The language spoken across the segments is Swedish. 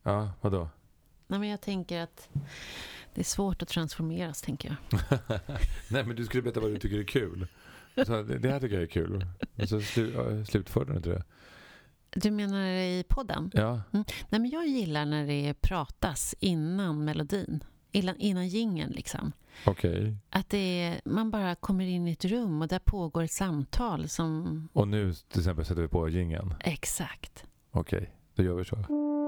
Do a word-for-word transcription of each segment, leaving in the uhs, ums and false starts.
Ja, vadå? Nej, men jag tänker att det är svårt att transformeras, tänker jag. Nej, men du skulle berätta vad du tycker är kul. Så det, det här tycker jag är kul. Och så slu, slutför du inte det. Du menar i podden? Ja. Mm. Nej, men jag gillar när det pratas innan melodin. Innan, innan jingeln liksom. Okej. Okay. Att det är, man bara kommer in i ett rum och där pågår ett samtal som... Och nu till exempel sätter vi på jingeln. Exakt. Okej, okay, då gör vi så.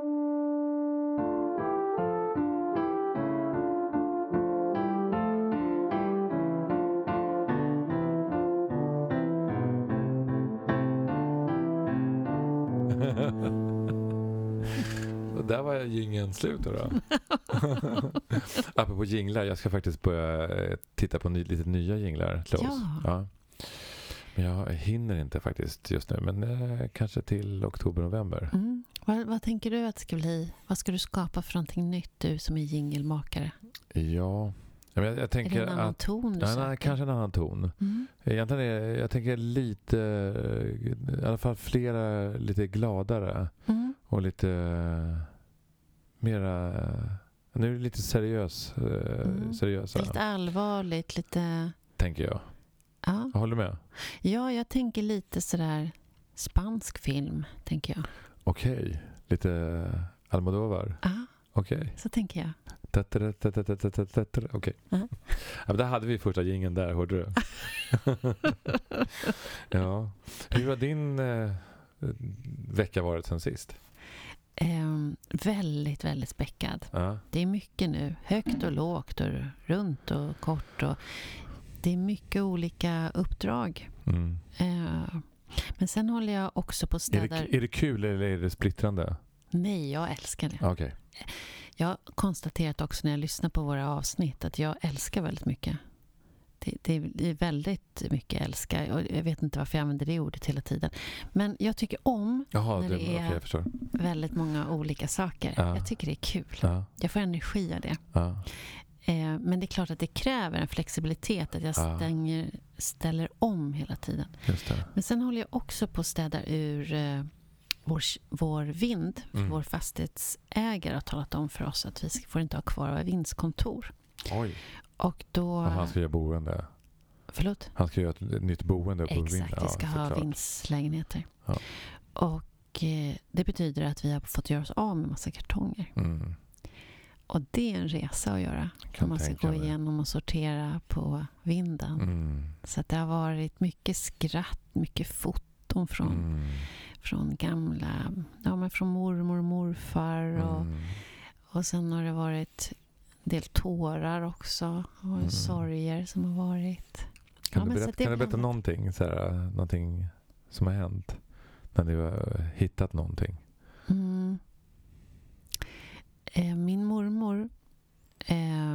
Där var jingeln slut då. då. Apropå jinglar, jag ska faktiskt börja titta på ny, lite nya jinglar. Ja. ja. Men jag hinner inte faktiskt just nu. Men eh, kanske till oktober-november. Mm. Vad, vad tänker du att det ska bli? Vad ska du skapa för någonting nytt, du som är jingelmakare? Ja, jag, jag tänker är det en annan att, ton du ja, söker? Nej, kanske en annan ton. Mm. Egentligen är, jag tänker lite, i alla fall flera lite gladare. Mm. Och lite mera, nu är det lite seriös, mm. seriösa. Lite allvarligt, lite... Tänker jag. Ja. Jag håller med. Ja, jag tänker lite sådär spansk film, tänker jag. Okej, okay. Lite Almodovar. Ja, okej. Okay. Så tänker jag. Okej. Okay. Uh-huh. Ja, där hade vi första jingeln där, hörde du? Ja. Hur har din eh, vecka varit sen sist? Um, väldigt, väldigt späckad. Uh-huh. Det är mycket nu. Högt och lågt och runt och kort. Och det är mycket olika uppdrag. Mm. Uh, men sen håller jag också på städer... Är det, är det kul eller är det splittrande? Nej, jag älskar det. Okay. Jag har konstaterat också när jag lyssnar på våra avsnitt att jag älskar väldigt mycket. Det, det, det är väldigt mycket älska. Och jag vet inte varför jag använder det ordet hela tiden. Men jag tycker om Jaha, när det, det är okay, jag förstår. väldigt många olika saker. Ja. Jag tycker det är kul. Ja. Jag får energi av det. Ja. Eh, men det är klart att det kräver en flexibilitet. Att jag stänger, ställer om hela tiden. Just det. Men sen håller jag också på att städa ur... Eh, Vår, vår vind, mm. vår fastighetsägare har talat om för oss att vi får inte ha kvar våra vindskontor. Oj. Och då... Ja, han ska göra boende. Förlåt? Han ska göra ett nytt boende på Exakt, vind. vi ska ja, ha vindslägenheter. Ja. Och eh, det betyder att vi har fått göra oss av med massa kartonger. Mm. Och det är en resa att göra. Om man ska gå igenom och sortera på vinden. Mm. Så att det har varit mycket skratt, mycket foton från... Mm. Från gamla, ja men från mormor och morfar och, mm. och sen har det varit en del tårar också och mm. sorger som har varit. Kan ja, du berätta, kan du berätta någonting, så här, någonting som har hänt när du har hittat någonting? Mm. Eh, min mormor eh,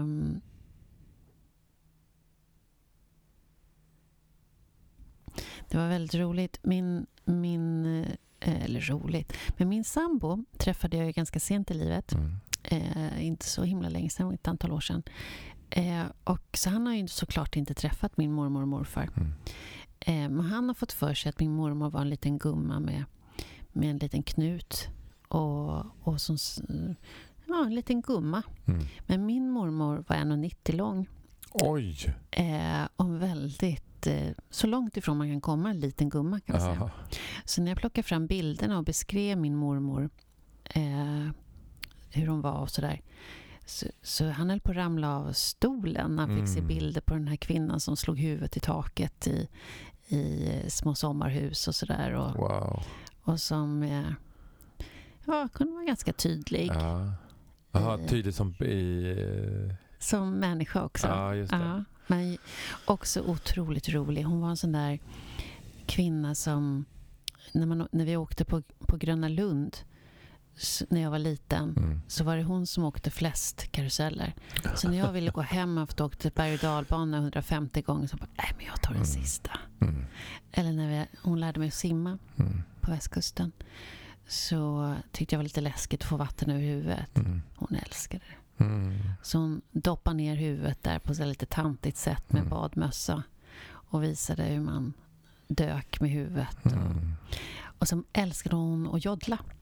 det var väldigt roligt. Min, min eller roligt. Men min sambo träffade jag ju ganska sent i livet. Mm. Eh, inte så himla länge sedan, ett antal år sedan. Eh, och så han har ju såklart inte träffat min mormor och morfar. Mm. Eh, men han har fått för sig att min mormor var en liten gumma med, med en liten knut. Och, och som, ja, en liten gumma. Mm. Men min mormor var en komma nittio lång. Oj! Eh, och väldigt så långt ifrån man kan komma en liten gumma kan man säga. Så när jag plockar fram bilderna och beskrev min mormor eh, hur hon var och sådär så, så han höll på att ramla av stolen när han mm. fick se bilder på den här kvinnan som slog huvudet i taket i, i små sommarhus och sådär och, wow. och som eh, ja, kunde vara ganska tydlig. Ja. Aha, tydlig som i... som människa också. Ja, just det. Ja. Men också otroligt rolig. Hon var en sån där kvinna som när, man, när vi åkte på, på Gröna Lund när jag var liten mm. så var det hon som åkte flest karuseller. Så när jag ville gå hem efter att åka till berg- och dalbana hundrafemtio gånger så bara, nej men jag tar den mm. sista. Mm. Eller när vi, hon lärde mig att simma mm. på västkusten så tyckte jag var lite läskigt att få vatten över huvudet. Mm. Hon älskade det. Mm. Så hon doppade ner huvudet där på ett lite tantigt sätt med mm. badmössa och visade hur man dök med huvudet. Mm. Och, och så älskade hon att joddla.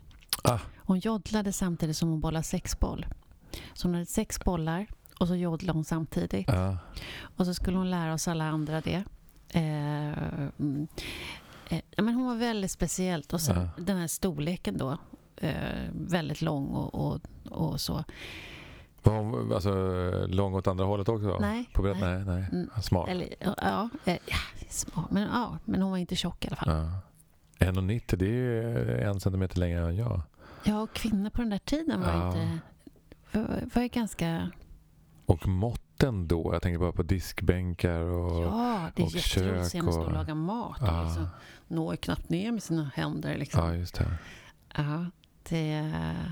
Ah. Hon joddlade samtidigt som hon bollade sexboll. Så hon hade sex bollar och så joddlade hon samtidigt. Ah. Och så skulle hon lära oss alla andra det. Eh, eh, men hon var väldigt speciellt. Och sen ah. den här storleken då. Eh, väldigt lång och, och, och så. Var hon alltså, lång åt andra hållet också? Nej. På brett? Nej, nej. Mm. Smart. Eller, ja, ja, smart. Men, ja, men hon var inte tjock i alla fall. Ja. en komma nittio, det är en centimeter längre än jag. Ja, och kvinnor på den där tiden var ja. inte... Var, var ju ganska... Och måtten då, jag tänker bara på diskbänkar och ja, det är och jätteroligt att se henne stå och och... laga mat. Ja. Och liksom, når knappt ner med sina händer. Liksom. Ja, just det. Ja, det...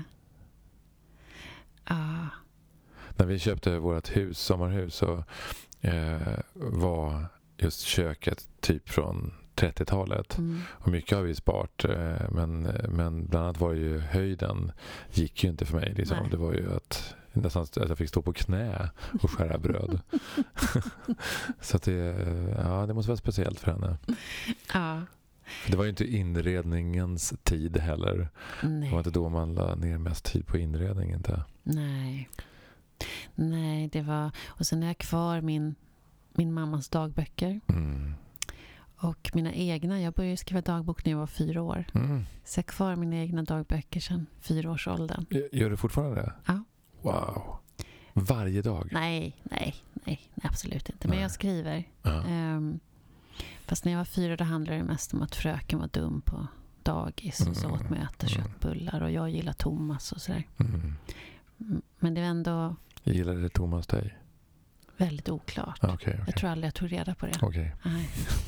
Ja. När vi köpte vårt hus, sommarhus, så eh, var just köket typ från trettiotalet. Mm. Och mycket har vi sparat, eh, men, men bland annat var ju höjden gick ju inte för mig. Liksom. Det var ju att nästan att jag fick stå på knä och skära bröd. Så att det, ja, det måste vara speciellt för henne. Ja. För det var ju inte inredningens tid heller. Nej. Det var inte då man la ner mest tid på inredning, inte. Nej. Nej, det var... Och sen är jag kvar min, min mammas dagböcker. Mm. Och mina egna. Jag började skriva dagbok när jag var fyra år. Mm. Så jag har kvar mina egna dagböcker sedan fyra års åldern. Gör du fortfarande det? Ja. Wow. Varje dag? Nej, nej, nej, absolut inte. Men nej. jag skriver. Ja. Um, fast när jag var fyra då handlade det mest om att fröken var dum på dagis och så Mm. åt mig att äta Mm. köttbullar. Och jag gillar Thomas och sådär. Mm. Men det var ändå Gillade Thomas dig? väldigt oklart. Ah, okay, okay. Jag tror aldrig jag tog reda på det. Okej. Nej.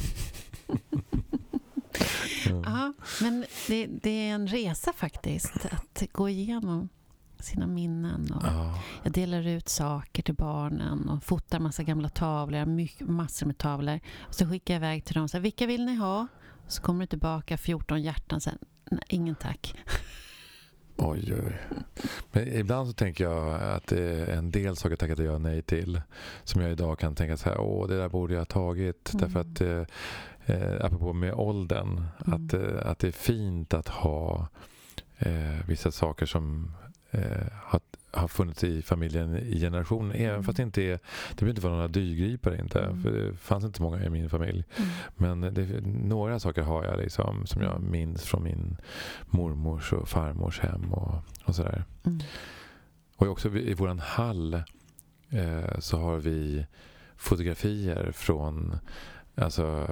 Mm. Ja, men det, det är en resa faktiskt att gå igenom sina minnen. Och Ja. jag delar ut saker till barnen och fotar massa gamla tavlor. Jag har mycket, massor med tavlor. Och så skickar jag iväg till dem. Så här, vilka vill ni ha? Och så kommer det tillbaka fjorton hjärtan. Sen, nej, ingen tack. Oj, oj. Men ibland så tänker jag att det är en del saker tackade jag nej till. Som jag idag kan tänka så här, åh, det där borde jag ha tagit. Mm. Därför att, eh, apropå med åldern, Mm. att, eh, att det är fint att ha eh, vissa saker som eh, har, har funnits i familjen i generationer. Även Mm. fast det inte är, det behöver inte vara några dyrgripare inte. Mm. För det fanns inte många i min familj. Mm. Men det, några saker har jag liksom, som jag minns från min mormors och farmors hem och, och sådär. Mm. Och också i våran hall eh, så har vi fotografier från alltså,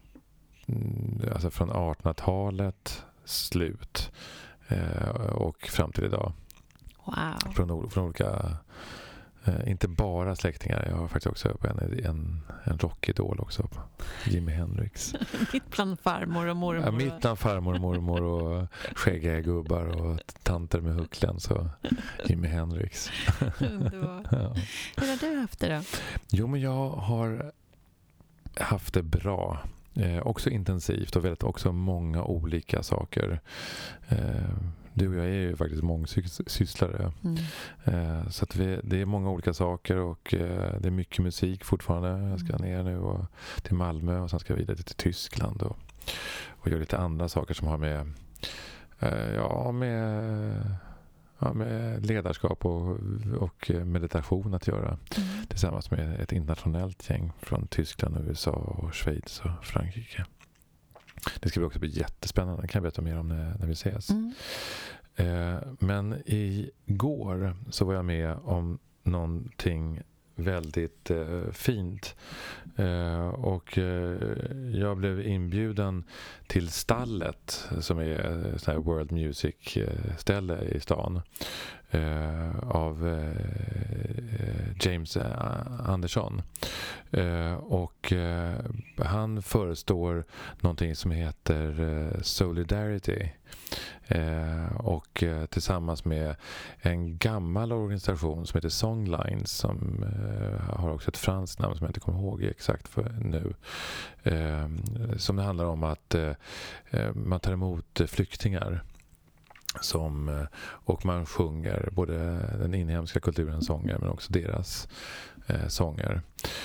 mm, alltså från artonhundratalet slut eh, och fram till idag. Wow. Från, från olika eh, inte bara släktingar. Jag har faktiskt också en, en, en rockidol också. Jimi Hendrix. Mitt bland farmor och mormor. Ja, mitt bland farmor och mormor och skäggiga gubbar och tanter med hucklen, så Jimi Hendrix. Underbart. Ja. Hur har du haft det då? Jo, men jag har haft det bra. Eh, också intensivt och väldigt också många olika saker. Eh, du och jag är ju faktiskt mångsysslare. Mm. Eh, så att vi, det är många olika saker och eh, det är mycket musik fortfarande. Jag ska Mm. ner nu och till Malmö och sen ska jag vidare till Tyskland och, och göra lite andra saker som har med eh, ja, med, ja, med ledarskap och, och meditation att göra. Mm. Tillsammans med ett internationellt gäng från Tyskland, U S A och Schweiz och Frankrike. Det ska bli också bli jättespännande. Det kan jag berätta mer om när, när vi ses. Mm. Eh, men igår så var jag med om någonting väldigt eh, fint. Eh, och eh, jag blev inbjuden till Stallet, som är ett sånt här World Music eh, ställe i stan. Eh, av eh, James Anderson. Eh, och eh, han förestår någonting som heter eh, Solidarity. Eh, och eh, tillsammans med en gammal organisation som heter Songlines, som eh, har också ett franskt namn som jag inte kommer ihåg exakt för nu. Eh, som det handlar om att eh, man tar emot flyktingar. Som, och man sjunger både den inhemska kulturens sånger men också deras eh, sånger.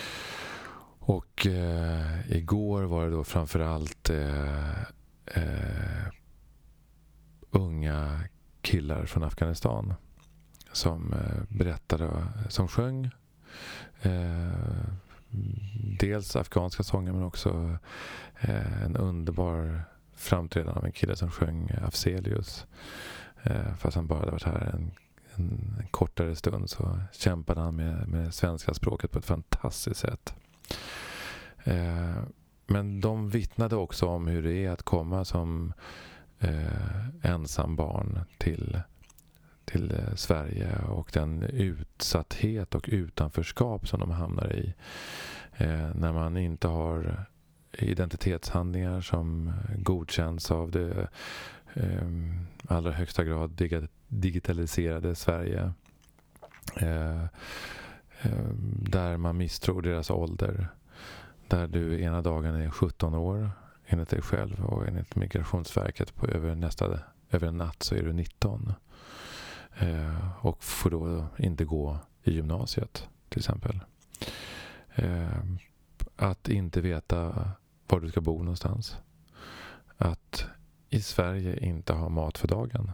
Och eh, igår var det då framförallt eh, eh, unga killar från Afghanistan som eh, berättade, som sjöng eh, dels afghanska sånger men också eh, en underbar framträdande av en kille som sjöng Afzelius. Eh, fast han bara hade varit här en, en, en kortare stund så kämpade han med, med svenska språket på ett fantastiskt sätt. Eh, men de vittnade också om hur det är att komma som eh, ensam barn till, till eh, Sverige och den utsatthet och utanförskap som de hamnar i eh, när man inte har identitetshandlingar som godkänns av det eh, allra högsta grad dig- digitaliserade Sverige eh, eh, där man misstror deras ålder. Där du ena dagen är sjutton år enligt dig själv och enligt Migrationsverket på över, nästa, över en natt så är du nitton. Eh, och får då inte gå i gymnasiet till exempel. Eh, att inte veta var du ska bo någonstans. Att i Sverige inte ha mat för dagen.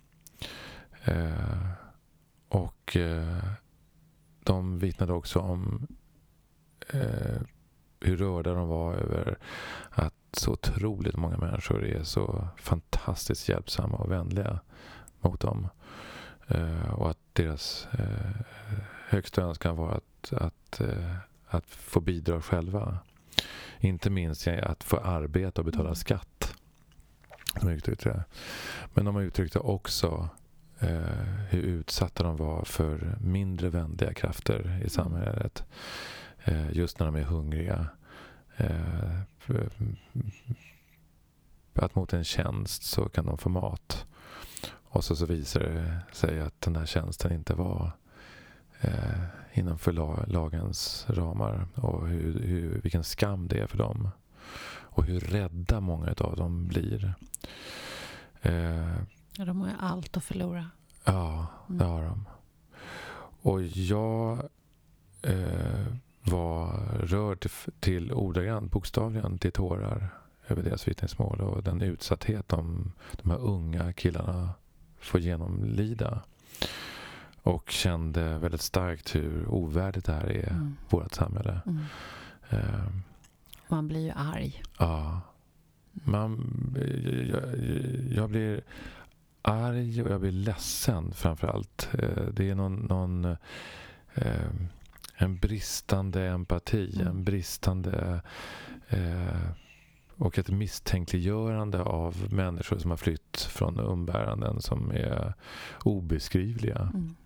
Eh, och eh, de vittnade också om eh, hur rörda de var över att så otroligt många människor är så fantastiskt hjälpsamma och vänliga mot dem. Eh, och att deras eh, högsta önskan var att, att, eh, att få bidra själva. Inte minst att få arbeta och betala skatt. De uttryckte det. Men de uttryckte också eh, hur utsatta de var för mindre vänliga krafter i samhället. Eh, just när de är hungriga. Eh, att mot en tjänst så kan de få mat. Och så, så visar det sig att den här tjänsten inte var eh, innanför la, lagens ramar. Och hur, hur, vilken skam det är för dem. Och hur rädda många av dem blir. Eh, ja, de har ju allt att förlora. Ja, det har de. Och jag eh, var rörd till, till ordagrant, bokstavligen till tårar över deras vittnesmål och den utsatthet de, de här unga killarna får genomlida. Och kände väldigt starkt hur ovärdigt det här är, mm. vårt samhälle. Mm. Eh, Man blir ju arg. Ja. Man, jag, jag blir arg och jag blir ledsen framförallt. Det är någon, någon eh, en bristande empati, mm. en bristande eh, och ett misstänkliggörande av människor som har flytt från umbäranden som är obeskrivliga. Mm.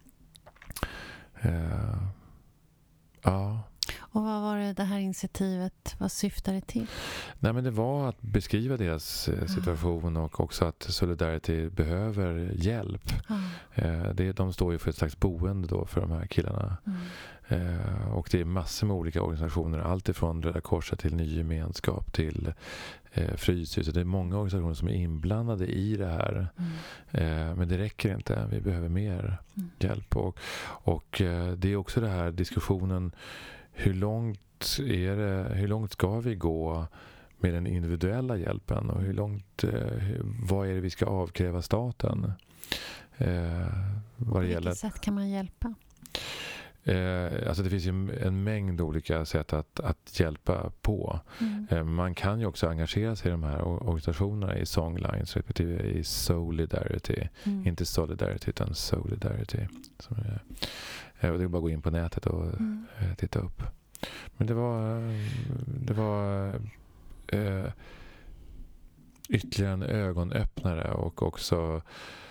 Eh, ja. Och vad var det, det här initiativet, vad syftar det till? Nej, men det var att beskriva deras situation ah. och också att Solidarity behöver hjälp. Ah. Eh, det, de står ju för ett slags boende då för de här killarna. Mm. Eh, och det är massor med olika organisationer, allt ifrån Röda Korset till Ny Gemenskap till eh, Fryshuset. Det är många organisationer som är inblandade i det här. Mm. Eh, men det räcker inte, vi behöver mer mm. hjälp. Och, och eh, det är också det här diskussionen. Hur långt är det, hur långt ska vi gå med den individuella hjälpen och hur långt, hur, vad är det vi ska avkräva staten? Eh, vad På det vilket gäller. sätt kan man hjälpa? Eh, alltså det finns ju en mängd olika sätt att, att hjälpa på. Mm. Eh, man kan ju också engagera sig i de här organisationerna i Songlines respektive i Solidarity. Mm. Inte Solidarity utan Solidarity. Som är, eh, och det är bara att gå in på nätet och mm. eh, titta upp. Men det var det var eh, ytterligare en ögonöppnare och också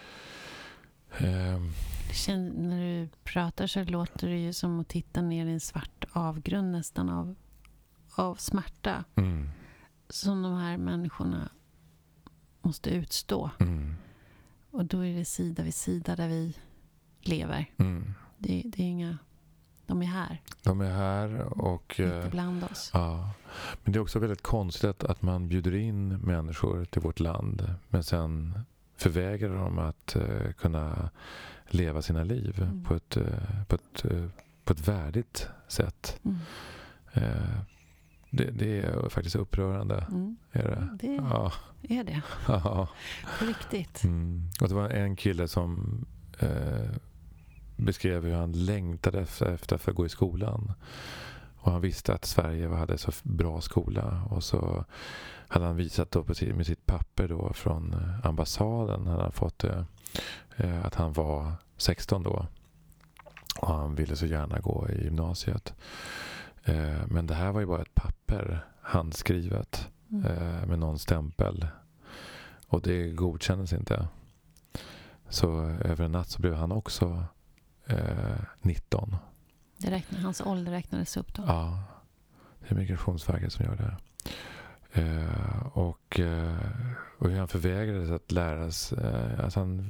eh, Känn, när du pratar så låter det ju som att titta ner i en svart avgrund nästan av, av smärta mm. som de här människorna måste utstå. Mm. Och då är det sida vid sida där vi lever. Mm. Det, det är inga... De är här. De är här och... Inte bland oss. Ja. Men det är också väldigt konstigt att man bjuder in människor till vårt land men sen förvägrar dem att uh, kunna leva sina liv mm. på, ett, uh, på, ett, uh, på ett värdigt sätt. Mm. Uh, det, det är faktiskt upprörande. Mm. Är det? Det ja. är det. Ja. På riktigt. Mm. Och det var en kille som eh, beskrev hur han längtade efter, efter att få gå i skolan. Och han visste att Sverige hade så bra skola. Och så hade han visat då med sitt papper då från ambassaden. Hade han fått eh, att han var sexton då. Och han ville så gärna gå i gymnasiet. Eh, men det här var ju bara ett papper, handskrivet. Mm. Eh, med någon stämpel. Och det godkändes inte. Så över en natt så blev han också eh, nitton. Det räknar, hans ålder räknades upp då? Ja, det är Migrationsverket som gör det. Eh, och, eh, och hur han förvägrades att lära sig. Eh, alltså han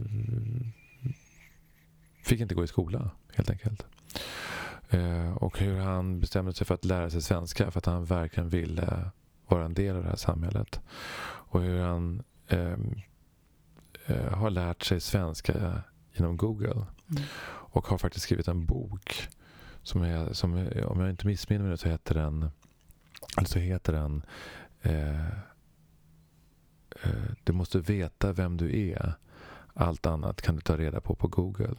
fick inte gå i skola, helt enkelt. Eh, och hur han bestämde sig för att lära sig svenska för att han verkligen ville vara en del av det här samhället. Och hur han eh, eh, har lärt sig svenska genom Google. Mm. Och har faktiskt skrivit en bok som, är, som är, om jag inte missminner mig så heter den alltså heter den eh, eh, Du måste veta vem du är. Allt annat kan du ta reda på på Google.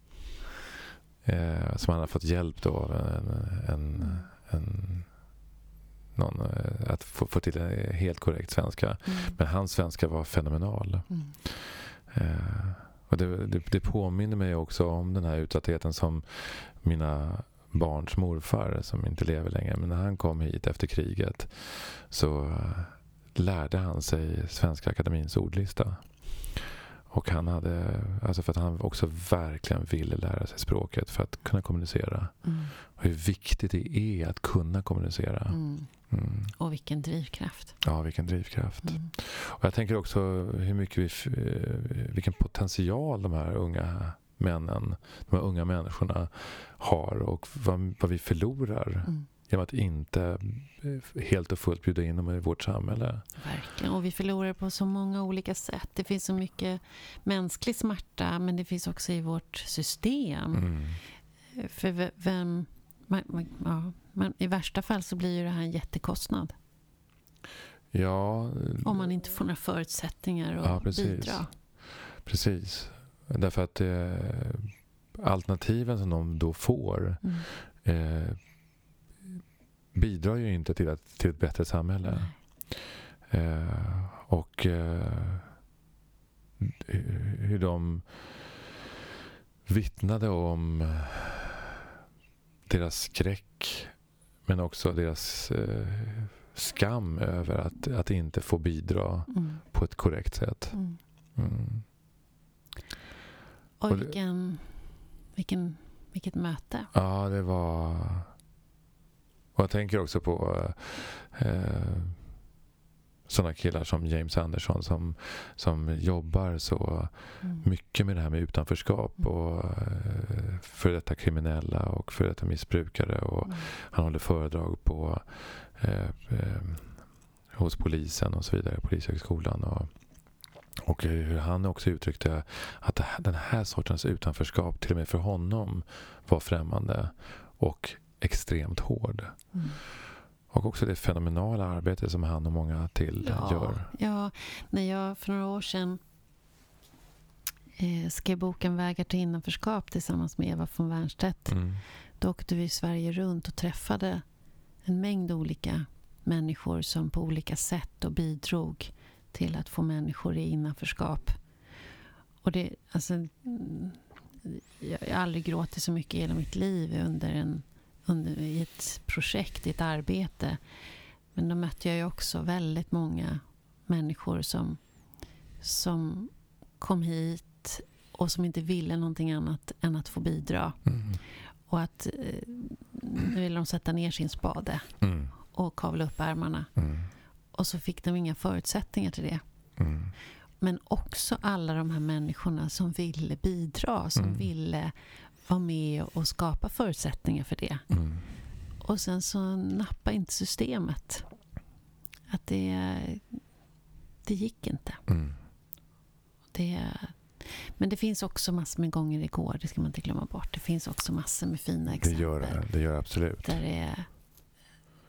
Eh, som han har fått hjälp då av en, en, en någon, att få, få till en helt korrekt svenska. Mm. Men hans svenska var fenomenal. Mm. Eh, och det, det, det påminner mig också om den här utsattheten som mina barns morfar, som inte lever längre, men när han kom hit efter kriget så lärde han sig Svenska Akademins ordlista. Och han hade, alltså för att han också verkligen ville lära sig språket för att kunna kommunicera. Mm. Och hur viktigt det är att kunna kommunicera. Mm. Mm. Och vilken drivkraft. Ja, vilken drivkraft. Mm. Och jag tänker också hur mycket vi, vilken potential de här unga männen, de här unga människorna har och vad, vad vi förlorar mm. genom att inte helt och fullt bjuda in dem i vårt samhälle. Verkligen, och vi förlorar på så många olika sätt. Det finns så mycket mänsklig smärta, men det finns också i vårt system. Mm. För vem... Man, man, ja, man, i värsta fall så blir ju det här en jättekostnad. Ja. Om man inte får några förutsättningar att ja, precis. bidra. Precis. Därför att eh, alternativen som de då får mm. eh, bidrar ju inte till, att, till ett bättre samhälle. Eh, och eh, hur de vittnade om deras skräck men också deras eh, skam över att, att inte få bidra mm. på ett korrekt sätt. Mm. Mm. Och vilken, vilken, vilket möte. Ja, det var... Och jag tänker också på eh, sådana killar som James Anderson som, som jobbar så mm. mycket med det här med utanförskap mm. och eh, för detta kriminella och för detta missbrukare. Och mm. han håller föredrag på eh, eh, hos polisen och så vidare, polishögskolan. Och, och hur han också uttryckte att det här, den här sortens utanförskap till och med för honom var främmande och extremt hård. Mm. Och också det fenomenala arbete som han och många till ja, gör. Ja, när jag för några år sedan eh, skrev boken Vägar till innanförskap tillsammans med Eva von Wernstedt. Mm. Då åkte vi i Sverige runt och träffade en mängd olika människor som på olika sätt och bidrog till att få människor i innanförskap. Och det, alltså, jag har aldrig gråtit så mycket i hela mitt liv under en under, i ett projekt, i ett arbete. Men då mötte jag ju också väldigt många människor som, som kom hit och som inte ville någonting annat än att få bidra. Mm. Och att nu ville de sätta ner sin spade mm. och kavla upp ärmarna. Mm. Och så fick de inga förutsättningar till det. Mm. Men också alla de här människorna som ville bidra, som mm. ville vara med och skapa förutsättningar för det. Mm. Och sen så nappar inte systemet. Att det, det gick inte. Mm. Det, men det finns också massor med gånger det går, det ska man inte glömma bort. Det finns också massor med fina exempel. Det gör det, det gör absolut. Där det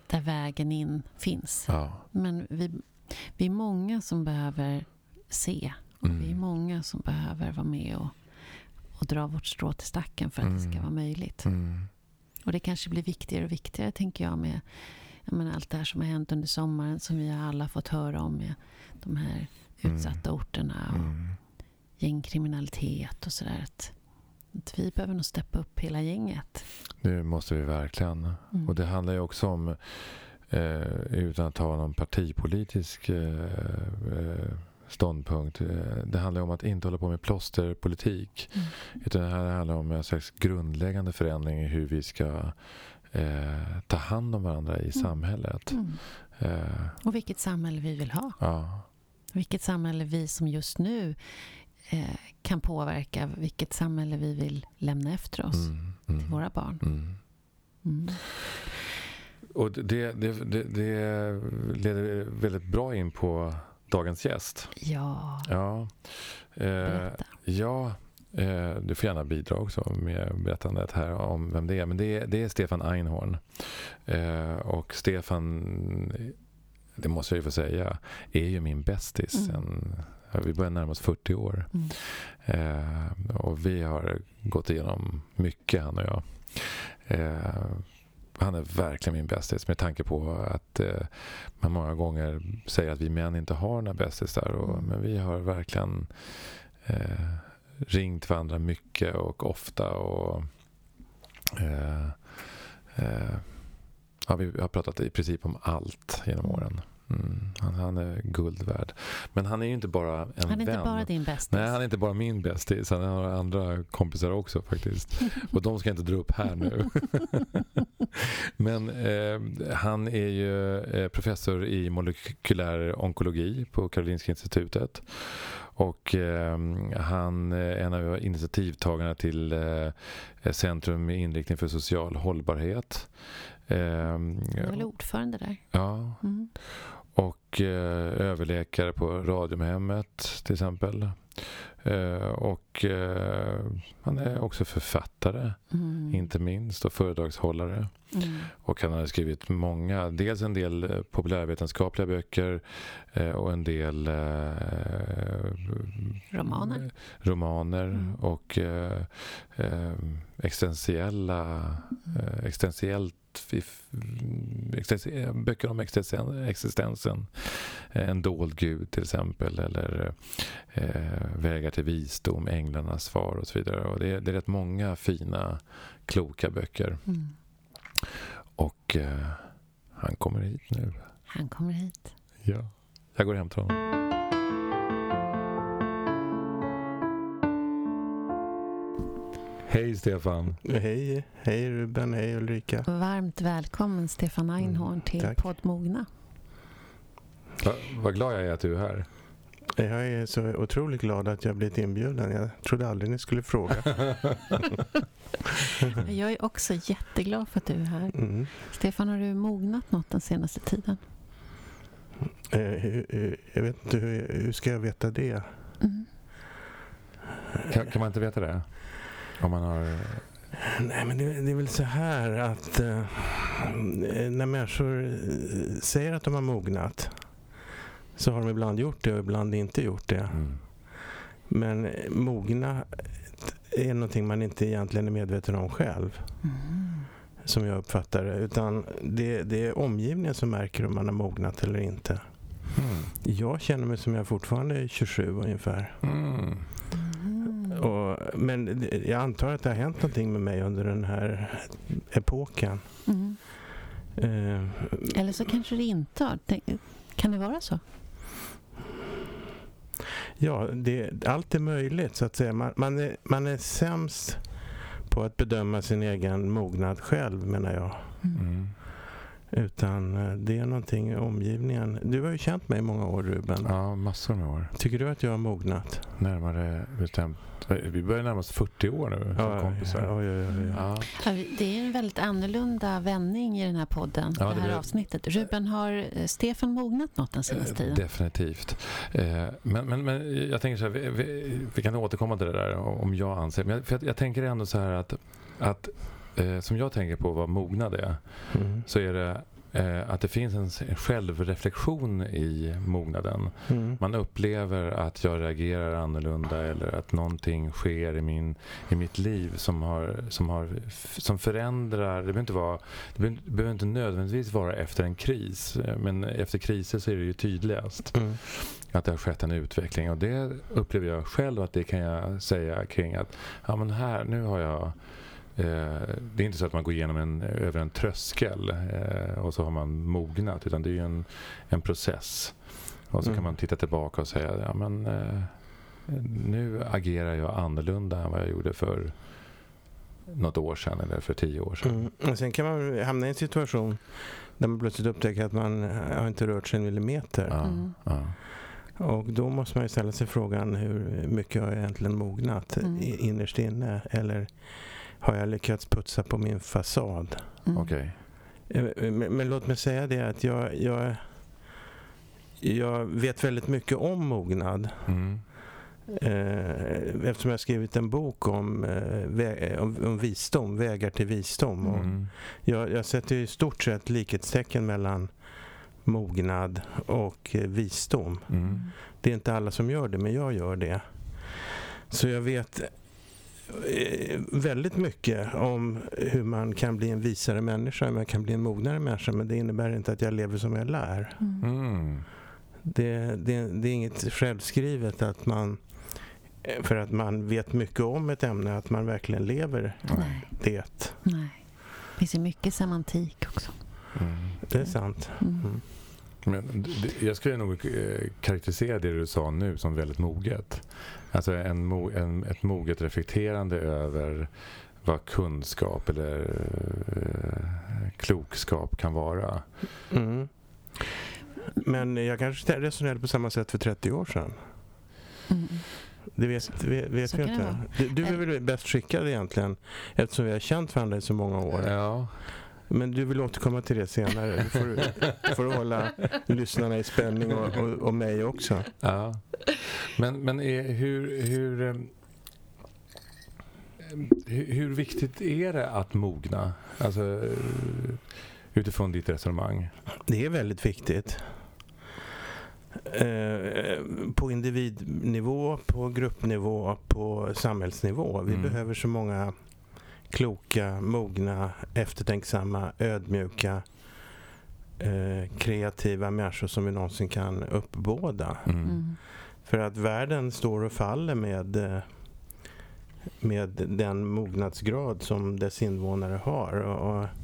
där vägen in finns. Ja. Men vi, vi är många som behöver se. Och Mm. vi är många som behöver vara med och, och dra vårt strå till stacken för att Mm. det ska vara möjligt. Mm. Och det kanske blir viktigare och viktigare, tänker jag, med jag menar, allt det här som har hänt under sommaren, som vi alla fått höra om, med de här utsatta Mm. orterna och Mm. gängkriminalitet och sådär. Att, att vi behöver nog steppa upp hela gänget. Det måste vi verkligen. Mm. Och det handlar ju också om, eh, utan att ta någon partipolitisk eh, eh, ståndpunkt, eh, det handlar om att inte hålla på med plåsterpolitik. Mm. Utan det här handlar om en slags grundläggande förändring i hur vi ska eh, ta hand om varandra i Mm. samhället. Mm. Eh, Och vilket samhälle vi vill ha. ja. Vilket samhälle vi som just nu eh, kan påverka. Vilket samhälle vi vill lämna efter oss Mm. Mm. till våra barn. Mm. Mm. Och det, det, det, det leder väldigt bra in på dagens gäst. Ja, Ja, eh, berätta. ja eh, du får gärna bidra också med berättandet här om vem det är. Men det är, det är Stefan Einhorn. Eh, och Stefan, det måste jag ju få säga, är ju min bästis. Mm. Sen, vi börjar närma oss fyrtio år. Mm. Eh, och vi har gått igenom mycket, han och jag. Eh, han är verkligen min bästis, med tanke på att eh, man många gånger säger att vi män inte har några bästisar. Och, Mm. men vi har verkligen eh, ringt varandra mycket och ofta. Och eh, eh, ja, vi har pratat i princip om allt genom åren. Mm, han, han är guld värd. Men han är ju inte bara en vän. Han är inte bara din bästis. Nej, han är inte bara min bästis. Han har andra kompisar också faktiskt. Och de ska jag inte dra upp här nu. Men eh, han är ju eh, professor i molekylär onkologi på Karolinska institutet. Och eh, han är en av initiativtagarna till eh, Centrum med inriktning för social hållbarhet. Eh, Han är väl ordförande där. ja. Mm. Och eh, överläkare på Radiumhemmet till exempel. Eh, och eh, han är också författare, Mm. inte minst, och föredragshållare. Mm. Och han har skrivit många, dels en del eh, populärvetenskapliga böcker eh, och en del eh, Romaner. romaner Mm. och eh, eh, existentiella, eh, existentiellt Existen- böcker om existen- existensen, En dold gud till exempel, eller eh, Vägar till visdom, Änglarnas svar och så vidare. Och det, är, det är rätt många fina, kloka böcker. Mm. Och eh, han kommer hit nu. Han kommer hit. Ja. Jag går hem till honom. Hej Stefan. Hej, hej Ruben, hej Ulrika. Varmt välkommen Stefan Einhorn Mm, till tack. Podd Mogna. Va, vad glad jag är att du är här. Jag är så otroligt glad att jag blivit inbjuden. Jag trodde aldrig ni skulle fråga. Jag är också jätteglad för att du är här. Mm. Stefan, har du mognat något den senaste tiden? Eh, hur- hur- jag vet inte, hur, hur ska jag veta det? Mm. Kan, kan man inte veta det? Om man har... Nej, men det, det är väl så här att eh, när människor eh, säger att de har mognat, så har de ibland gjort det och ibland inte gjort det. Mm. Men eh, mogna är någonting man inte egentligen är medveten om själv, Mm. som jag uppfattar det. Utan det, det är omgivningen som märker om man har mognat eller inte. Mm. Jag känner mig som jag fortfarande är tjugosju ungefär. Mm. Mm. Och, men det- jag antar att det har hänt någonting med mig under den här epoken. Mm. Eh, Eller så kanske det inte har. Tänk- Kan det vara så? ja, det, allt är möjligt så att säga. Man, man, är, man är sämst på att bedöma sin egen mognad själv, menar jag. Mm. Utan eh, det är någonting i omgivningen. Du har ju känt mig i många år, Ruben. Ja, massor med år. Tycker du att jag har mognat? Närmare bestämt. Vi börjar närma oss fyrtio år nu som kompisar. ja, ja, ja, ja. Ja. Ja, vi- det är en väldigt annorlunda vändning i den här podden, Ja, det det här blir- avsnittet. Ruben, har eh, Stefan mognat något den senaste Eh, tiden? Definitivt. Eh, Men, men, men jag tänker så här, vi, vi, vi kan återkomma till det där om jag anser. Men jag, för jag, jag tänker ändå så här att, att eh, som jag tänker på vad mognad är, Mm. så är det eh, att det finns en självreflektion i mognaden. Mm. Man upplever att jag reagerar annorlunda eller att någonting sker i, min, i mitt liv som, har, som, har, som förändrar. Det behöver, inte vara, det behöver, det behöver inte nödvändigtvis vara efter en kris, men efter kriser så är det ju tydligast. Mm. Att det har skett en utveckling, och det upplever jag själv att det kan jag säga kring att ja, men här, nu har jag eh, det är inte så att man går igenom en, över en tröskel eh, och så har man mognat, utan det är ju en, en process, och så mm. kan man titta tillbaka och säga ja, men eh, nu agerar jag annorlunda än vad jag gjorde för något år sedan eller för tio år sedan. Mm. Och sen kan man hamna i en situation där man plötsligt upptäcker att man har inte rört sig en millimeter. Ja, mm. ja. Och då måste man ju ställa sig frågan, hur mycket har jag egentligen mognat mm. innerst inne, eller har jag lyckats putsa på min fasad? Mm. Okej. Okay. Men, men låt mig säga det att jag, jag, jag vet väldigt mycket om mognad. Mm. Eftersom jag har skrivit en bok om, om, om visdom, vägar till visdom. Mm. Och jag, jag sätter i stort sett likhetstecken mellan mognad och visdom. Mm. Det är inte alla som gör det, men jag gör det. Så jag vet väldigt mycket om hur man kan bli en visare människa, hur man kan bli en mognare människa, men det innebär inte att jag lever som jag lär. Mm. Det, det, det är inget självskrivet att man, för att man vet mycket om ett ämne, att man verkligen lever Nej. det. Nej. Det finns ju mycket semantik också. Mm. Det är sant. Mm. Mm. Men jag skulle nog karaktärisera det du sa nu som väldigt moget. Alltså en, en, ett moget reflekterande över vad kunskap eller uh, klokskap kan vara. Mm. Men jag kanske resonerade på samma sätt för trettio år sedan. Mm. Det vet, vet, vet vi inte. Du, du är väl bäst skickad egentligen, eftersom vi har känt varandra i så många år. Ja. Men du vill återkomma till det senare. Du får, får hålla lyssnarna i spänning och, och, och mig också. Ja. Men, men är, hur, hur, hur, hur viktigt är det att mogna? Alltså, utifrån ditt resonemang. Det är väldigt viktigt. Eh, på individnivå, på gruppnivå, på samhällsnivå. Vi mm. behöver så många kloka, mogna, eftertänksamma, ödmjuka, eh, kreativa människor som vi någonsin kan uppbåda. Mm. Mm. För att världen står och faller med, med den mognadsgrad som dess invånare har. Och, och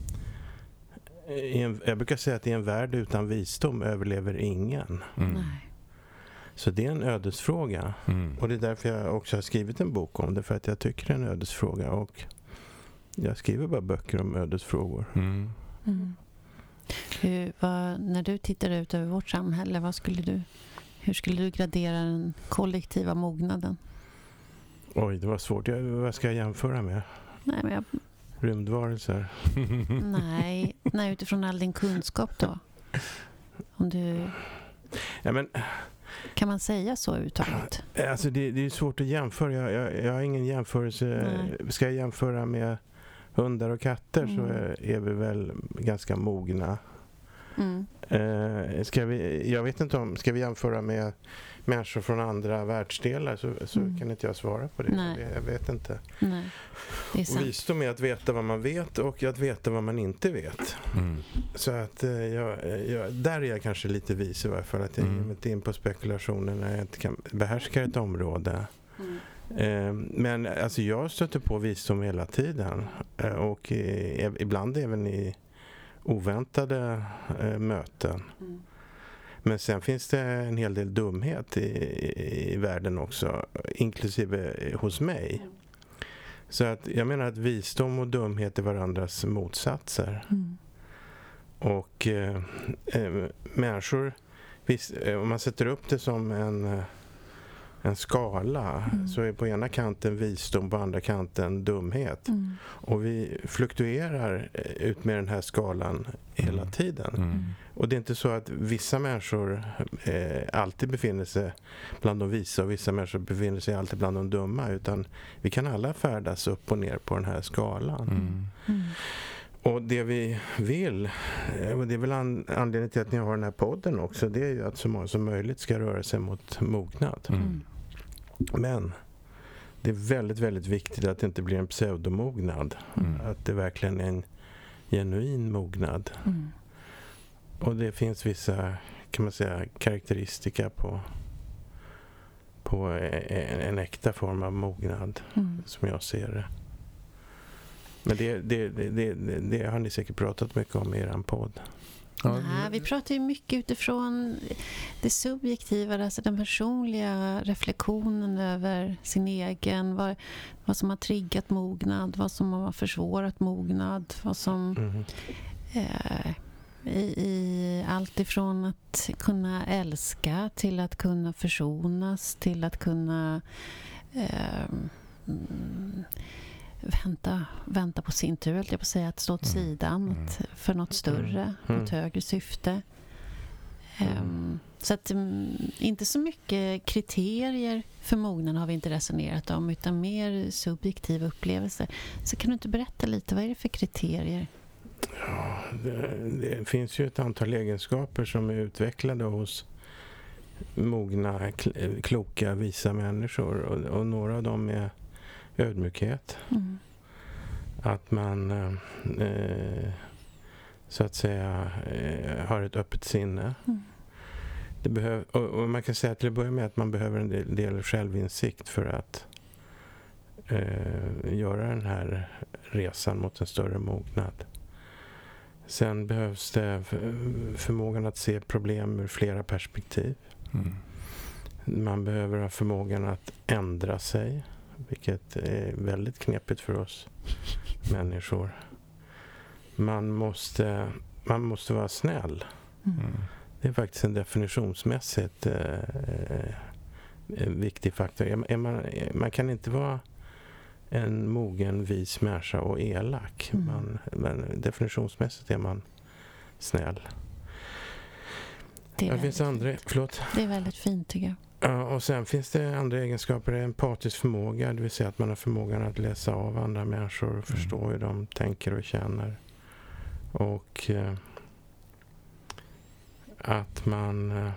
i en, jag brukar säga att i en värld utan visdom överlever ingen. Mm. Nej. Så det är en ödesfråga. Mm. Och det är därför jag också har skrivit en bok om det, för att jag tycker det är en ödesfråga. Och jag skriver bara böcker om ödesfrågor. Mm. Mm. Hur, vad, när du tittar ut över vårt samhälle, vad skulle du, hur skulle du gradera den kollektiva mognaden? Oj, det var svårt. Jag, vad ska jag jämföra med? Nej, men jag... Rymdvarelser? nej, nej, utifrån all din kunskap då. Om du... Ja, men... Kan man säga så överhuvudtaget? Alltså det, det är svårt att jämföra. Jag, jag, jag har ingen jämförelse. Nej. Ska jag jämföra med hundar och katter mm. så är, är vi väl ganska mogna. Mm. Eh, ska vi, jag vet inte om, ska vi jämföra med människor från andra världsdelar så, så mm. kan inte jag svara på det. Nej. Jag, jag vet inte. Nej. Det är sant. Och visdom är att veta vad man vet och att veta vad man inte vet. Mm. Så att eh, jag, jag, där är jag kanske lite vis i varje fall, att jag mm. ger inte in på spekulationer när jag inte kan behärska ett område. Mm. Eh, men alltså jag stöter på visdom hela tiden eh, och eh, ibland även i oväntade eh, möten. Mm. Men sen finns det en hel del dumhet i, i, i världen också, inklusive hos mig. Mm. Så att jag menar att visdom och dumhet är varandras motsatser. Mm. Och eh, eh, människor, vis, eh, om man sätter upp det som en, eh, en skala mm. så är på ena kanten visdom, på andra kanten dumhet. Mm. Och vi fluktuerar ut med den här skalan hela mm. tiden. Mm. Och det är inte så att vissa människor eh, alltid befinner sig bland de visa och vissa människor befinner sig alltid bland de dumma, utan vi kan alla färdas upp och ner på den här skalan. Mm. Mm. Och det vi vill, och det är väl an, anledningen till att ni har den här podden också, det är ju att så många som möjligt ska röra sig mot mognad. Mm. Men det är väldigt, väldigt viktigt att det inte blir en pseudomognad. Mm. Att det verkligen är en genuin mognad. Mm. Och det finns vissa, kan man säga, karaktäristika på, på en, en äkta form av mognad, Mm. som jag ser det. Men det, det, det, det, det har ni säkert pratat mycket om i er podd. Ja, Nej, vi pratar ju mycket utifrån det subjektiva, alltså den personliga reflektionen över sin egen, vad, vad som har triggat mognad, vad som har försvårat mognad, vad som Mm. eh, i, i allt ifrån att kunna älska till att kunna försonas, till att kunna eh, mm, vänta, vänta på sin tur, jag på säga, att stå åt Mm. sidan Mm. att, för något större, Mm. något högre syfte. Mm. Um, så att um, inte så mycket kriterier för mognaden har vi inte resonerat om, utan mer subjektiva upplevelser. Så kan du inte berätta lite, vad är det för kriterier? Ja, det, det finns ju ett antal egenskaper som är utvecklade hos mogna, kl- kloka, visa människor. Och, och några av dem är ödmjukhet. Mm. Att man eh, så att säga eh, har ett öppet sinne. Mm. Det behöv, och, och man kan säga till att börja med att man behöver en del, del självinsikt för att eh, göra den här resan mot en större mognad. Sen behövs det förmågan att se problem ur flera perspektiv. Mm. Man behöver ha förmågan att ändra sig, vilket är väldigt knepigt för oss människor. Man måste, man måste vara snäll. Mm. Mm. Det är faktiskt en definitionsmässigt eh, en viktig faktor. Är man, man kan inte vara en mogen, vis människa och elak. Mm. Man, men definitionsmässigt är man snäll. Det, är Det finns väldigt andra, fint. förlåt. Det är väldigt fint, tycker jag. Ja, och sen finns det andra egenskaper. Empatisk förmåga, det vill säga att man har förmågan att läsa av andra människor och förstå Mm. hur de tänker och känner. Och eh, att man eh,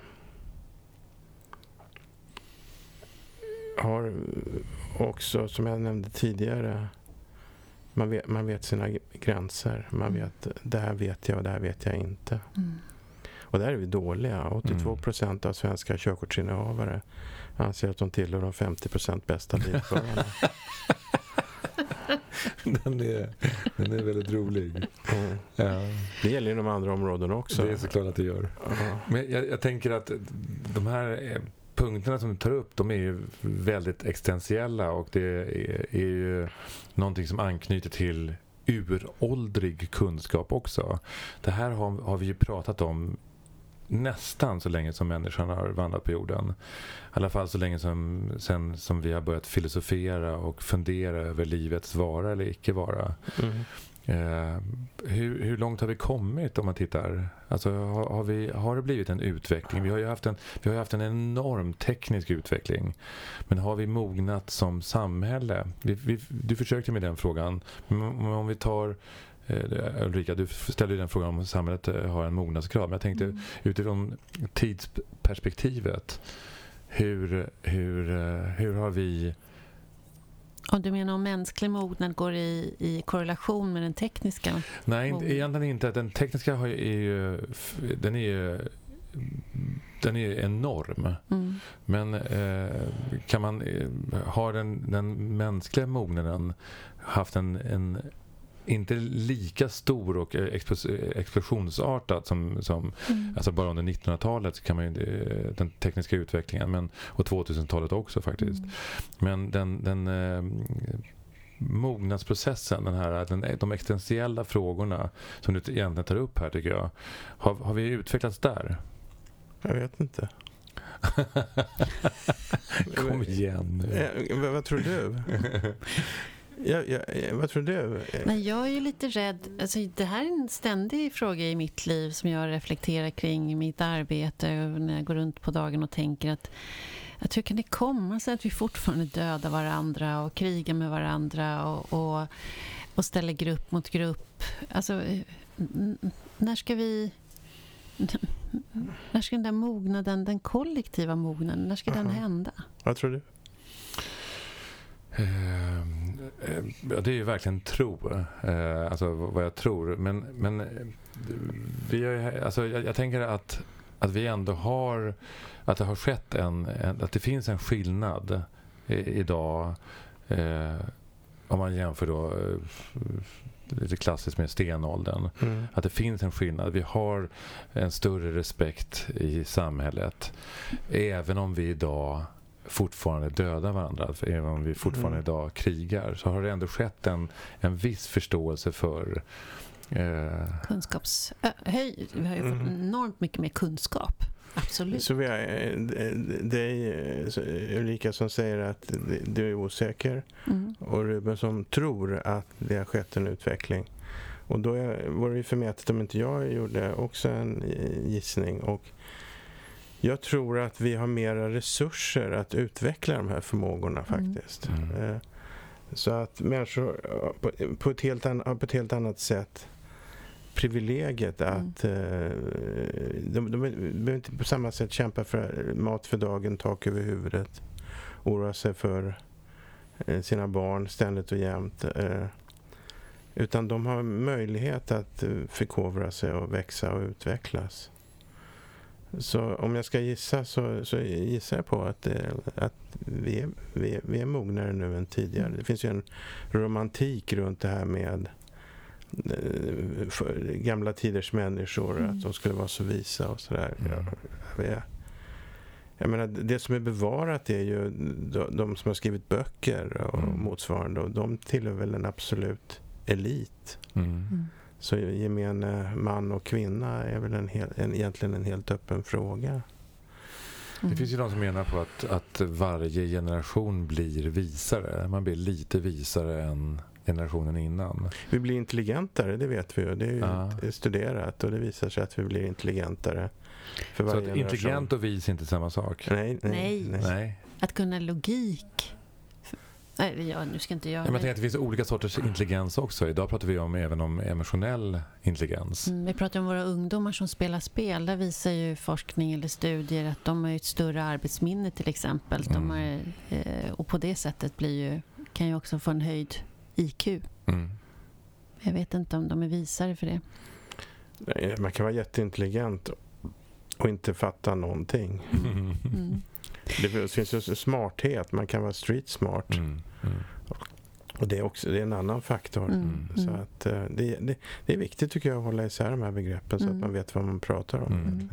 har också, som jag nämnde tidigare, man vet, man vet sina gränser. Man Mm. vet, det här vet jag och det här vet jag inte. Mm. Och där är vi dåliga. åttiotvå procent av svenska körkortsinnehavare anser att de tillhör de femtio procent bästa bilförarna. den, är, den är väldigt rolig. Mm. Ja, Det gäller ju de andra områdena också. det är såklart att det gör. Ja. Men jag, jag tänker att de här eh, punkterna som du tar upp, de är ju väldigt existentiella, och det är, är ju någonting som anknyter till uråldrig kunskap också. Det här har, har vi ju pratat om nästan så länge som människan har vandrat på jorden. I alla fall så länge som, sen som vi har börjat filosofera och fundera över livets vara eller icke vara. Mm. Eh, hur, hur långt har vi kommit om man tittar? Alltså, har, har, vi, har det blivit en utveckling? Vi har ju haft en, vi har ju haft en enorm teknisk utveckling. Men har vi mognat som samhälle? Vi, vi, du försökte med den frågan. Men om vi tar... Eh, Ulrika, du ställde ju den frågan om samhället har en mognadsgrad. Men jag tänkte Mm. utifrån tidsperspektivet. Hur, hur, hur har vi... Om du menar om mänsklig mognad går i, i korrelation med den tekniska? Nej, mognaden? egentligen inte. Den tekniska har ju, är ju, den är ju, den är enorm. Mm. Men eh, kan man eh, har den, den mänskliga mognaden haft en, en inte lika stor och explosionsartad som, som Mm. alltså bara under nittonhundratalet kan man ju, den tekniska utvecklingen, men och tvåtusentalet också faktiskt. Mm. Men den, den eh, mognadsprocessen, den här, den, de existentiella frågorna som du egentligen tar upp här, tycker jag, har, har vi utvecklats där? Jag vet inte. Kom igen nu. Eh, vad, vad tror du? Ja, ja, vad tror du? Nej, jag är ju lite rädd. Alltså, det här är en ständig fråga i mitt liv som jag reflekterar kring i mitt arbete när jag går runt på dagen och tänker att, att hur kan det komma sig att vi fortfarande dödar varandra och krigar med varandra och, och och ställer grupp mot grupp. Alltså, när ska vi... När ska den där mognaden, den kollektiva mognaden, när ska Aha. den hända? Vad tror du? Ja, det är ju verkligen tro, alltså vad jag tror, men, men vi har, alltså, jag, jag tänker att, att vi ändå har, att det har skett en, en att det finns en skillnad i, idag eh, om man jämför då eh, lite klassiskt med stenåldern, mm. att det finns en skillnad. Vi har en större respekt i samhället, även om vi idag fortfarande dödar varandra, för även om vi fortfarande mm. idag krigar, så har det ändå skett en, en viss förståelse för eh... kunskapshöj. Vi har ju fått mm. enormt mycket mer kunskap. Absolut. Så vi har dig, Ulrika, som säger att du är osäker mm. och Ruben som tror att det har skett en utveckling. Och då var det ju förmätet om inte jag gjorde också en gissning, och jag tror att vi har mera resurser att utveckla de här förmågorna faktiskt. Mm. Mm. Så att människor på ett helt, an- på ett helt annat sätt privilegiet att mm. de, de behöver inte på samma sätt kämpa för mat för dagen, tak över huvudet, oroa sig för sina barn ständigt och jämt. Utan de har möjlighet att förkovra sig och växa och utvecklas. Så om jag ska gissa så, så gissar jag på att, att vi, är, vi, är, vi är mognare nu än tidigare. Det finns ju en romantik runt det här med gamla tiders människor, mm. att de skulle vara så visa och sådär. Mm. Jag, jag menar, det som är bevarat är ju de, de som har skrivit böcker och mm. motsvarande, och de tillhör väl en absolut elit. Mm. Mm. Så gemene man och kvinna är väl en hel, en, egentligen en helt öppen fråga. Mm. Det finns ju de som menar på att, att varje generation blir visare. Man blir lite visare än generationen innan. Vi blir intelligentare, det vet vi ju. Det är ju ja. studerat, och det visar sig att vi blir intelligentare för varje generation. Så att intelligent och vis är inte samma sak? Nej, nej, nej. nej. nej. Att kunna logik. Nej, ja, nu ska inte jag... Ja, men jag tänker att det finns olika sorters intelligens också. Idag pratar vi om även om emotionell intelligens. Mm, vi pratar om våra ungdomar som spelar spel. Där visar ju forskning eller studier att de har ett större arbetsminne till exempel. De mm. har, eh, och på det sättet blir ju, kan ju också få en höjd I Q. Mm. Jag vet inte om de är visare för det. Nej, man kan vara jätteintelligent och inte fatta någonting. Mm. Mm. Det finns ju smarthet, man kan vara street smart. Mm. Mm. Och det är också det är en annan faktor. Mm. Så att det, det, det är viktigt tycker jag att hålla isär de här begreppen så mm. att man vet vad man pratar om. Mm.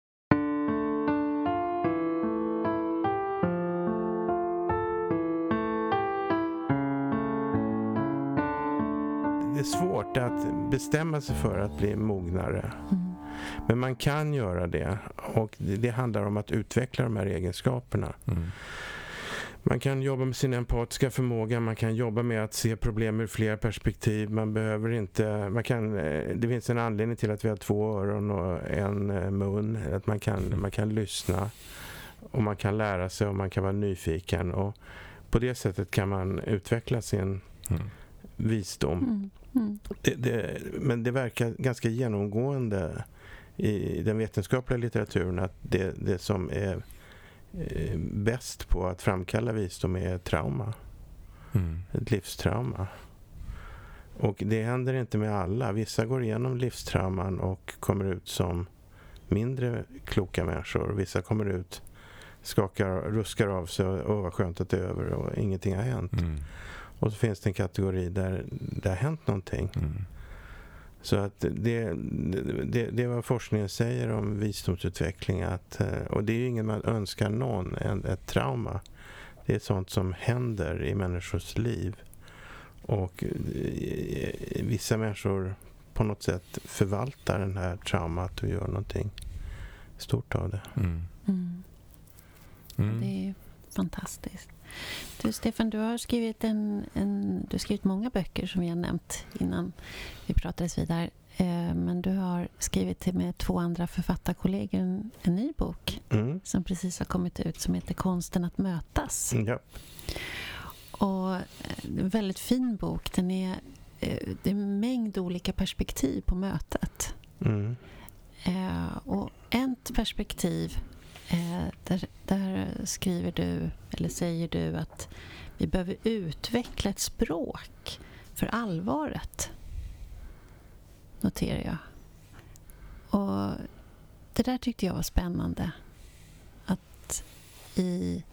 Det är svårt att bestämma sig för att bli mognare. Mm. Men man kan göra det, och det, det handlar om att utveckla de här egenskaperna. Mm. Man kan jobba med sin empatiska förmåga, man kan jobba med att se problem ur flera perspektiv. Man behöver inte, man kan, det finns en anledning till att vi har två öron och en mun, att man kan, mm. man kan lyssna och man kan lära sig och man kan vara nyfiken, och på det sättet kan man utveckla sin mm. visdom. Mm. Mm. Det, det, men det verkar ganska genomgående i den vetenskapliga litteraturen att det, det som är eh, bäst på att framkalla visdom är trauma. Mm. Ett livstrauma. Och det händer inte med alla. Vissa går igenom livstrauman och kommer ut som mindre kloka människor. Vissa kommer ut, skakar, ruskar av sig och, och vad skönt att det är över och ingenting har hänt. Mm. Och så finns det en kategori där det har hänt någonting. Mm. Så att det, det, det är vad forskningen säger om visdomsutveckling. Att, och det är ju ingen man önskar någon, ett trauma. Det är sånt som händer i människors liv. Och vissa människor på något sätt förvaltar den här traumat och gör någonting stort av det. Mm. Mm. Mm. Det är fantastiskt. Du Stefan, du har skrivit en, en du har skrivit många böcker som vi har nämnt innan vi pratades vidare. Eh, men du har skrivit med två andra författarkollegor en, en ny bok mm. som precis har kommit ut som heter Konsten att mötas. Ja. Och en väldigt fin bok. Den är det är en mängd olika perspektiv på mötet. Mm. Eh, och ett perspektiv, eh, där, där skriver du, eller säger du, att vi behöver utveckla ett språk för allvaret, noterar jag. Och det där tyckte jag var spännande. Att i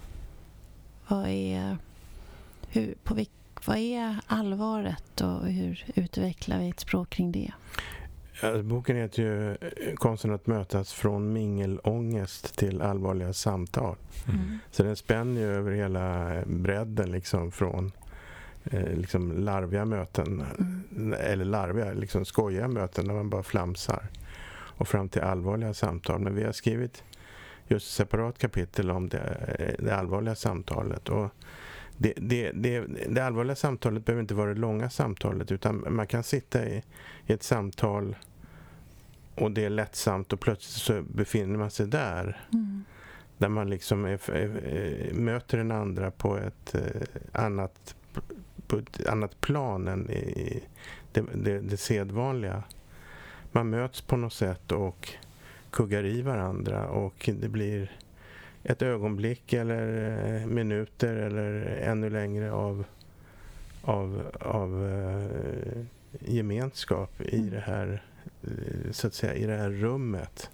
vad är hur, på vilk, vad är allvaret och hur utvecklar vi ett språk kring det? Ja, boken heter ju Konsten att mötas från mingelångest till allvarliga samtal. Mm. Så den spänner ju över hela bredden liksom, från eh, liksom larviga möten mm. eller larviga, liksom skojiga möten där man bara flamsar och fram till allvarliga samtal. Men vi har skrivit just ett separat kapitel om det, det allvarliga samtalet. Och det, det, det, det allvarliga samtalet behöver inte vara det långa samtalet, utan man kan sitta i, i ett samtal och det är lättsamt och plötsligt så befinner man sig där. Mm. Där man liksom är, är, möter den andra på ett annat, på ett annat plan än i det, det, det sedvanliga. Man möts på något sätt och kuggar i varandra, och det blir ett ögonblick eller minuter eller ännu längre av, av, av uh, gemenskap i det här, så att säga, i det här rummet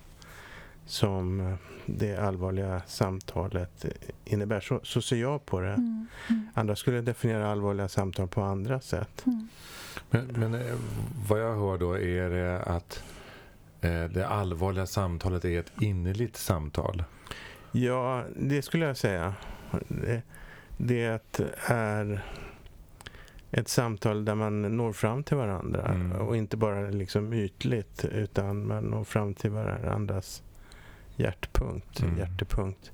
som det allvarliga samtalet innebär. Så, så ser jag på det. Mm. Mm. Andra skulle definiera allvarliga samtal på andra sätt. Mm. Men, men vad jag hör då är det att eh, det allvarliga samtalet är ett innerligt samtal. Ja, det skulle jag säga. Det, det är ett samtal där man når fram till varandra mm. och inte bara liksom ytligt, utan man når fram till varandras hjärtpunkt, mm. hjärtepunkt.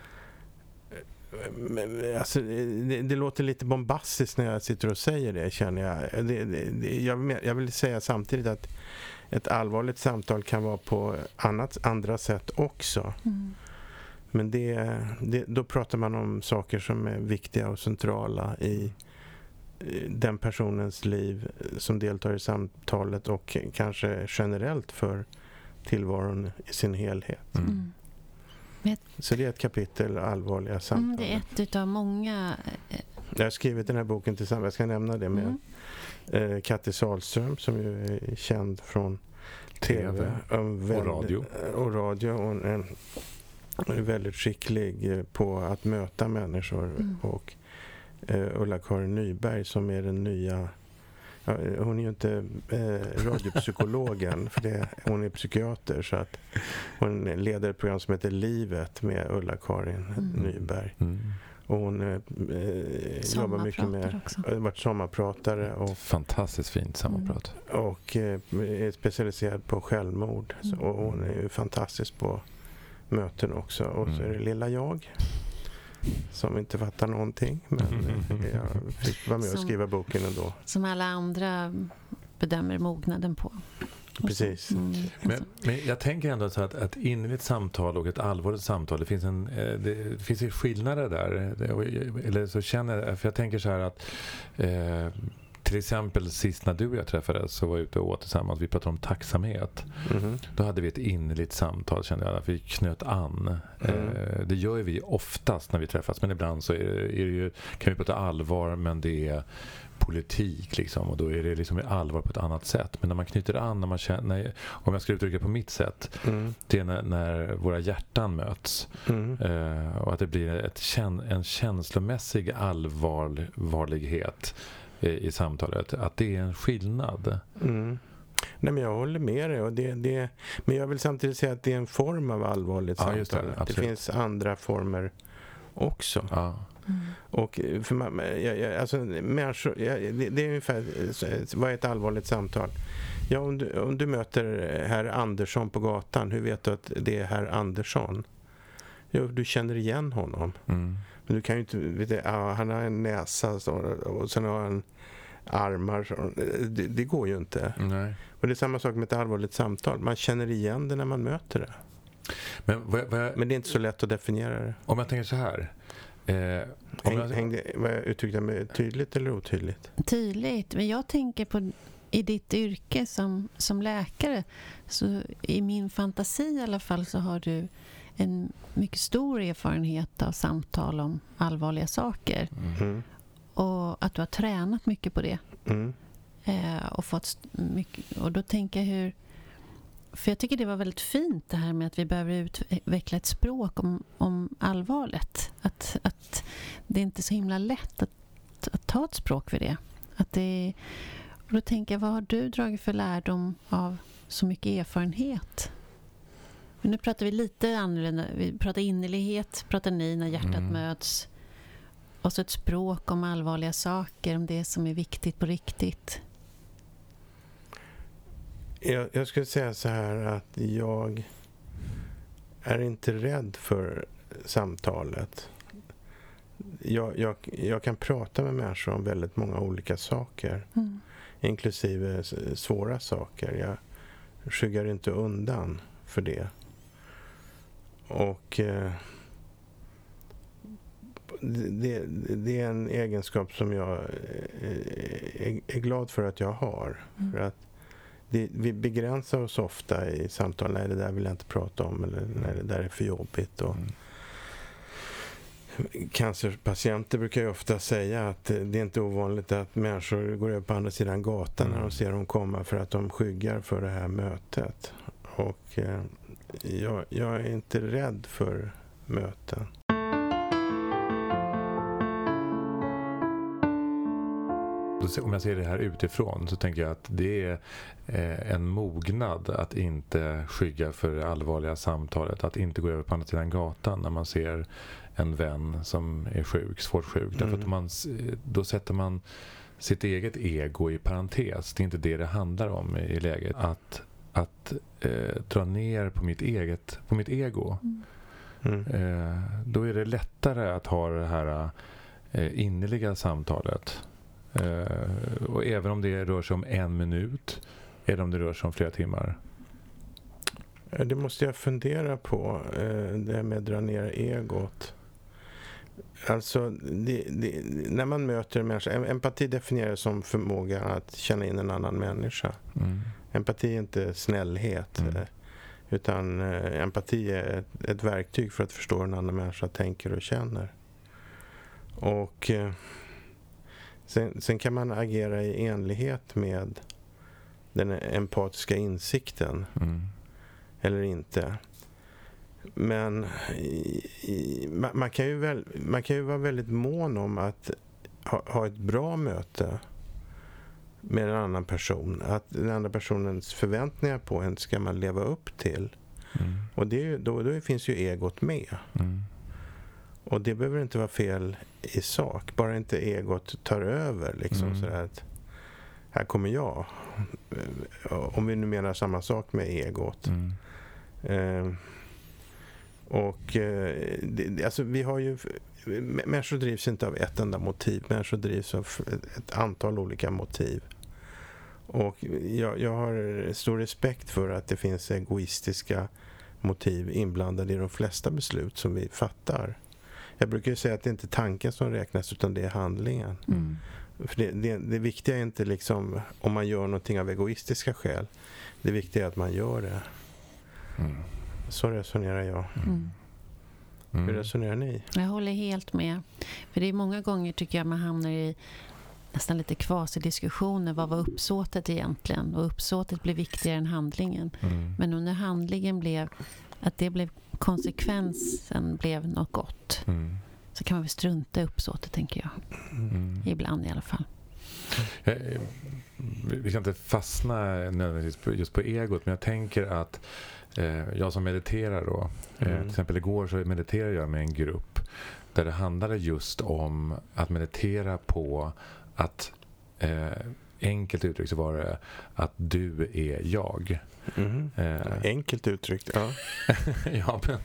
Men, alltså, det, det låter lite bombastiskt när jag sitter och säger det, känner jag. Det, det, jag, jag vill säga samtidigt att ett allvarligt samtal kan vara på annat, andra sätt också. Mm. Men det, det, då pratar man om saker som är viktiga och centrala i den personens liv som deltar i samtalet, och kanske generellt för tillvaron i sin helhet. Mm. Mm. Så det är ett kapitel allvarliga samtal. Mm, det är ett utav många. Jag har skrivit den här boken tillsammans, jag ska nämna det med mm. eh, Katty Salström, som ju är känd från tv och, och radio. Och radio och en, är väldigt skicklig på att möta människor. Mm. Och uh, Ulla-Karin Nyberg, som är den nya, ja, hon är ju inte uh, radiopsykologen, för det, hon är psykiater, så att hon leder ett program som heter Livet med Ulla-Karin mm. Nyberg. Mm. Och hon uh, jobbar mycket med, har varit sommarpratare och fantastiskt fint sommarprat. Mm. Och uh, är specialiserad på självmord. Mm. Så, och hon är ju fantastisk på möten också. Och så är det lilla jag som inte fattar någonting, men jag fick vara med och skriva boken ändå. Som alla andra bedömer mognaden på. Precis. Mm. Men, men jag tänker ändå så att ett innerligt samtal och ett allvarligt samtal, det finns en det finns en skillnad där, eller så känner jag, för jag tänker så här att eh, till exempel sist när du och jag träffades så var jag ute och åt tillsammans. Vi pratade om tacksamhet. Mm-hmm. Då hade vi ett innerligt samtal, kände jag. Vi knöt an. Mm. Eh, det gör vi oftast när vi träffas. Men ibland så är det, är det ju, kan vi prata allvar, men det är politik liksom. Och då är det liksom allvar på ett annat sätt. Men när man knyter an, när man känner, om jag ska uttrycka på mitt sätt, mm. det är när, när våra hjärtan möts. Mm. Eh, och att det blir ett, en känslomässig allvarlighet i samtalet, att det är en skillnad. Mm. Nej, men jag håller med dig, och det, det, men jag vill samtidigt säga att det är en form av allvarligt ja, samtal. Det, det finns andra former också. Ja. Mm. Och för man, jag, jag, alltså, människor, jag, det, det är ungefär, vad är ett allvarligt samtal? Ja, om du, om du möter herr Andersson på gatan, hur vet du att det är herr Andersson? Jo, du känner igen honom. Mm. Men du kan ju inte, vet du, ja, han har en näsa så, och sen har han armar. Så, det, det går ju inte. Nej. Och det är samma sak med ett allvarligt samtal. Man känner igen det när man möter det. Men, vad, vad, Men det är inte så lätt att definiera det. Om jag tänker så här. Eh, Häng, jag... hängde, vad jag uttryckte mig tydligt eller otydligt? Tydligt, men jag tänker på i ditt yrke som, som läkare, så i min fantasi i alla fall så har du en mycket stor erfarenhet av samtal om allvarliga saker. Mm. Och att du har tränat mycket på det. Mm. Eh, och fått mycket, och då tänker jag hur, för jag tycker det var väldigt fint det här med att vi behöver utveckla ett språk om, om allvaret. Att, att det är inte så himla lätt att, att ta ett språk för det. Att det, och då tänker jag, vad har du dragit för lärdom av så mycket erfarenhet? Men nu pratar vi lite annorlunda. Vi pratar innerlighet, pratar ni när hjärtat mm. möts. Och så ett språk om allvarliga saker, om det som är viktigt på riktigt. Jag, jag skulle säga så här att jag är inte rädd för samtalet. Jag, jag, jag kan prata med människor om väldigt många olika saker. Mm. Inklusive svåra saker. Jag skyggar inte undan för det. Och eh, det, det är en egenskap som jag är, är glad för att jag har. Mm. För att det, vi begränsar oss ofta i samtal. Nej, det där vill jag inte prata om. Eller nej, det där är för jobbigt. Och mm. Cancerpatienter brukar ju ofta säga att det är inte ovanligt att människor går över på andra sidan gatan mm. när de ser dem komma för att de skyggar för det här mötet. Och eh, jag, jag är inte rädd för möten. Om jag ser det här utifrån så tänker jag att det är en mognad att inte skygga för det allvarliga samtalet. Att inte gå över på andra sidan gatan när man ser en vän som är sjuk, svårt sjuk. Mm. Därför att man, då sätter man sitt eget ego i parentes. Det är inte det det handlar om i läget. Att, att eh, dra ner på mitt eget på mitt ego. Mm. Eh, då är det lättare att ha det här eh, innerliga samtalet. Uh, och även om det rör sig om en minut eller om det rör sig om flera timmar. Det måste jag fundera på, uh, det med att dra ner egot. Alltså det, det, när man möter en människa, empati definieras som förmåga att känna in en annan människa. Mm. Empati är inte snällhet mm. utan uh, empati är ett, ett verktyg för att förstå hur en annan människa tänker och känner. Och uh, Sen, sen kan man agera i enlighet med den empatiska insikten mm. eller inte. Men i, i, man, man, kan ju väl, man kan ju vara väldigt mån om att ha, ha ett bra möte med en annan person. Att den andra personens förväntningar på en ska man leva upp till. Mm. Och det är ju, då, då finns ju egot med. Mm. Och det behöver inte vara fel i sak. Bara inte egot tar över. Liksom, mm. sådär att här kommer jag. Om vi nu menar samma sak med egot. Mm. Eh, och eh, det, alltså vi har ju... Människor drivs inte av ett enda motiv. Människor drivs av ett antal olika motiv. Och jag, jag har stor respekt för att det finns egoistiska motiv inblandade i de flesta beslut som vi fattar. Jag brukar ju säga att det inte är tanken som räknas utan det är handlingen. Mm. För det, det, det viktiga är inte liksom om man gör någonting av egoistiska skäl. Det viktiga är att man gör det. Mm. Så resonerar jag. Mm. Mm. Hur resonerar ni? Jag håller helt med. För det är många gånger tycker jag man hamnar i nästan lite kvasi-diskussioner. Vad var uppsåtet egentligen? Och uppsåtet blev viktigare än handlingen. Mm. Men när handlingen blev att det blev konsekvensen blev något gott. Mm. Så kan man väl strunta i uppsåtet, tänker jag. Mm. Ibland i alla fall. Jag, vi ska inte fastna nödvändigtvis just på egot, men jag tänker att eh, jag som mediterar då, mm. eh, till exempel igår så mediterade jag med en grupp där det handlade just om att meditera på att eh, enkelt uttryckt så var det att du är jag. Mm. Eh. Enkelt uttryckt, ja. Ja, men...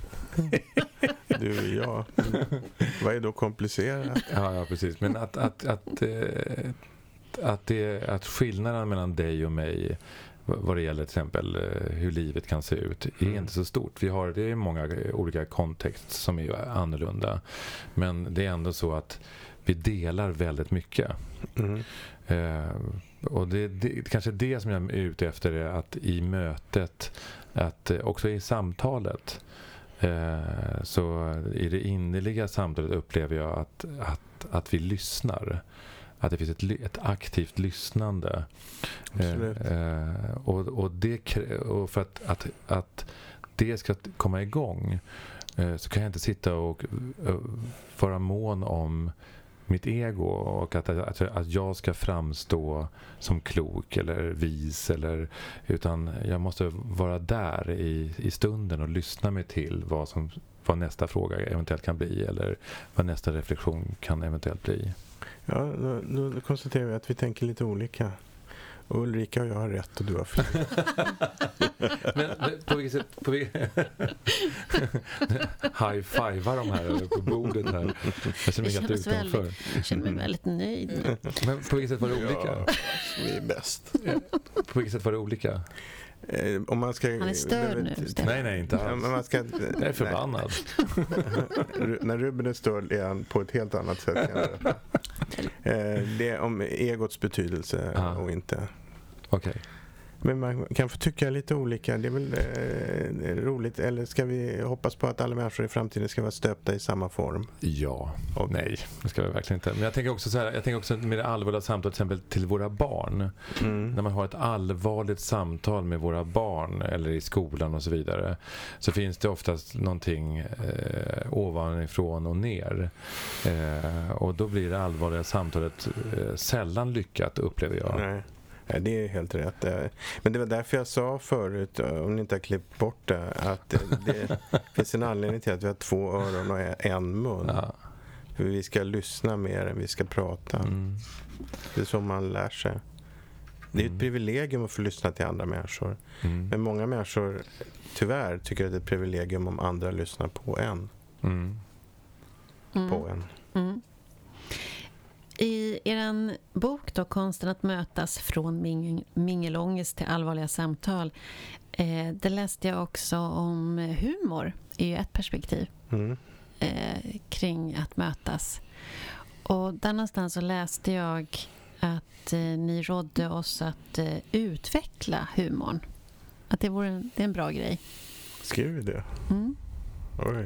Du är jag. Vad är då komplicerat? Ja, ja, precis. Men att, att, att, eh, att, det, att skillnaden mellan dig och mig vad det gäller till exempel hur livet kan se ut är mm. inte så stort. Vi har, det är många olika kontexter som är annorlunda. Men det är ändå så att vi delar väldigt mycket. Mm. Eh, och det, det kanske det som jag är ute efter är att i mötet, att också i samtalet, eh, så i det innerliga samtalet upplever jag att, att, att vi lyssnar. Att det finns ett, ett aktivt lyssnande. Eh, och, och, det, och för att, att, att det ska komma igång eh, så kan jag inte sitta och uh, vara mån om mitt ego och att, att, att jag ska framstå som klok eller vis, eller, utan jag måste vara där i, i stunden och lyssna mig till vad, som, vad nästa fråga eventuellt kan bli eller vad nästa reflektion kan eventuellt bli. Ja, då, då konstaterar vi att vi tänker lite olika. Och Ulrika och jag har rätt och du har fel. Men på vilket sätt... På vilket... High-fivar de här på bordet här. Jag känner mig helt utanför. Väldigt, jag känner mig väldigt nöjd. Men på vilket sätt var det olika? Ja, vi är bäst. På vilket sätt var det olika? Eh, om man ska, Han är störd nu. Nej, nej, inte alls. Man ska, jag är förbannad. När Ruben är störd är han på ett helt annat sätt. eh, det är om egots betydelse ah. och inte. Okej. Okay. Men man kan få tycka lite olika. Det är väl eh, roligt. Eller ska vi hoppas på att alla människor i framtiden ska vara stöpta i samma form? Ja. Och nej, det ska vi verkligen inte. Men jag tänker också så här, jag tänker också med det allvarliga samtalet till exempel till våra barn. Mm. När man har ett allvarligt samtal med våra barn eller i skolan och så vidare, så finns det oftast någonting eh, ovanifrån och ner. Eh, och då blir det allvarliga samtalet eh, sällan lyckat, upplever jag. Nej. Ja, det är helt rätt. Men det var därför jag sa förut, om ni inte har klippt bort det, att det finns en anledning till att vi har två öron och en mun. Ja. För vi ska lyssna mer än vi ska prata. Mm. Det är så man lär sig. Det är ett privilegium att få lyssna till andra människor. Mm. Men många människor tyvärr tycker att det är ett privilegium om andra lyssnar på en. Mm. På en. Mm. I er bok då, Konsten att mötas från ming- mingelångest till allvarliga samtal, eh, det läste jag också om humor i ett perspektiv mm. eh, kring att mötas. Och där någonstans så läste jag att eh, ni rådde oss att eh, utveckla humorn. Att det, vore en, det är en bra grej. Skrev vi det? Mm. Oj.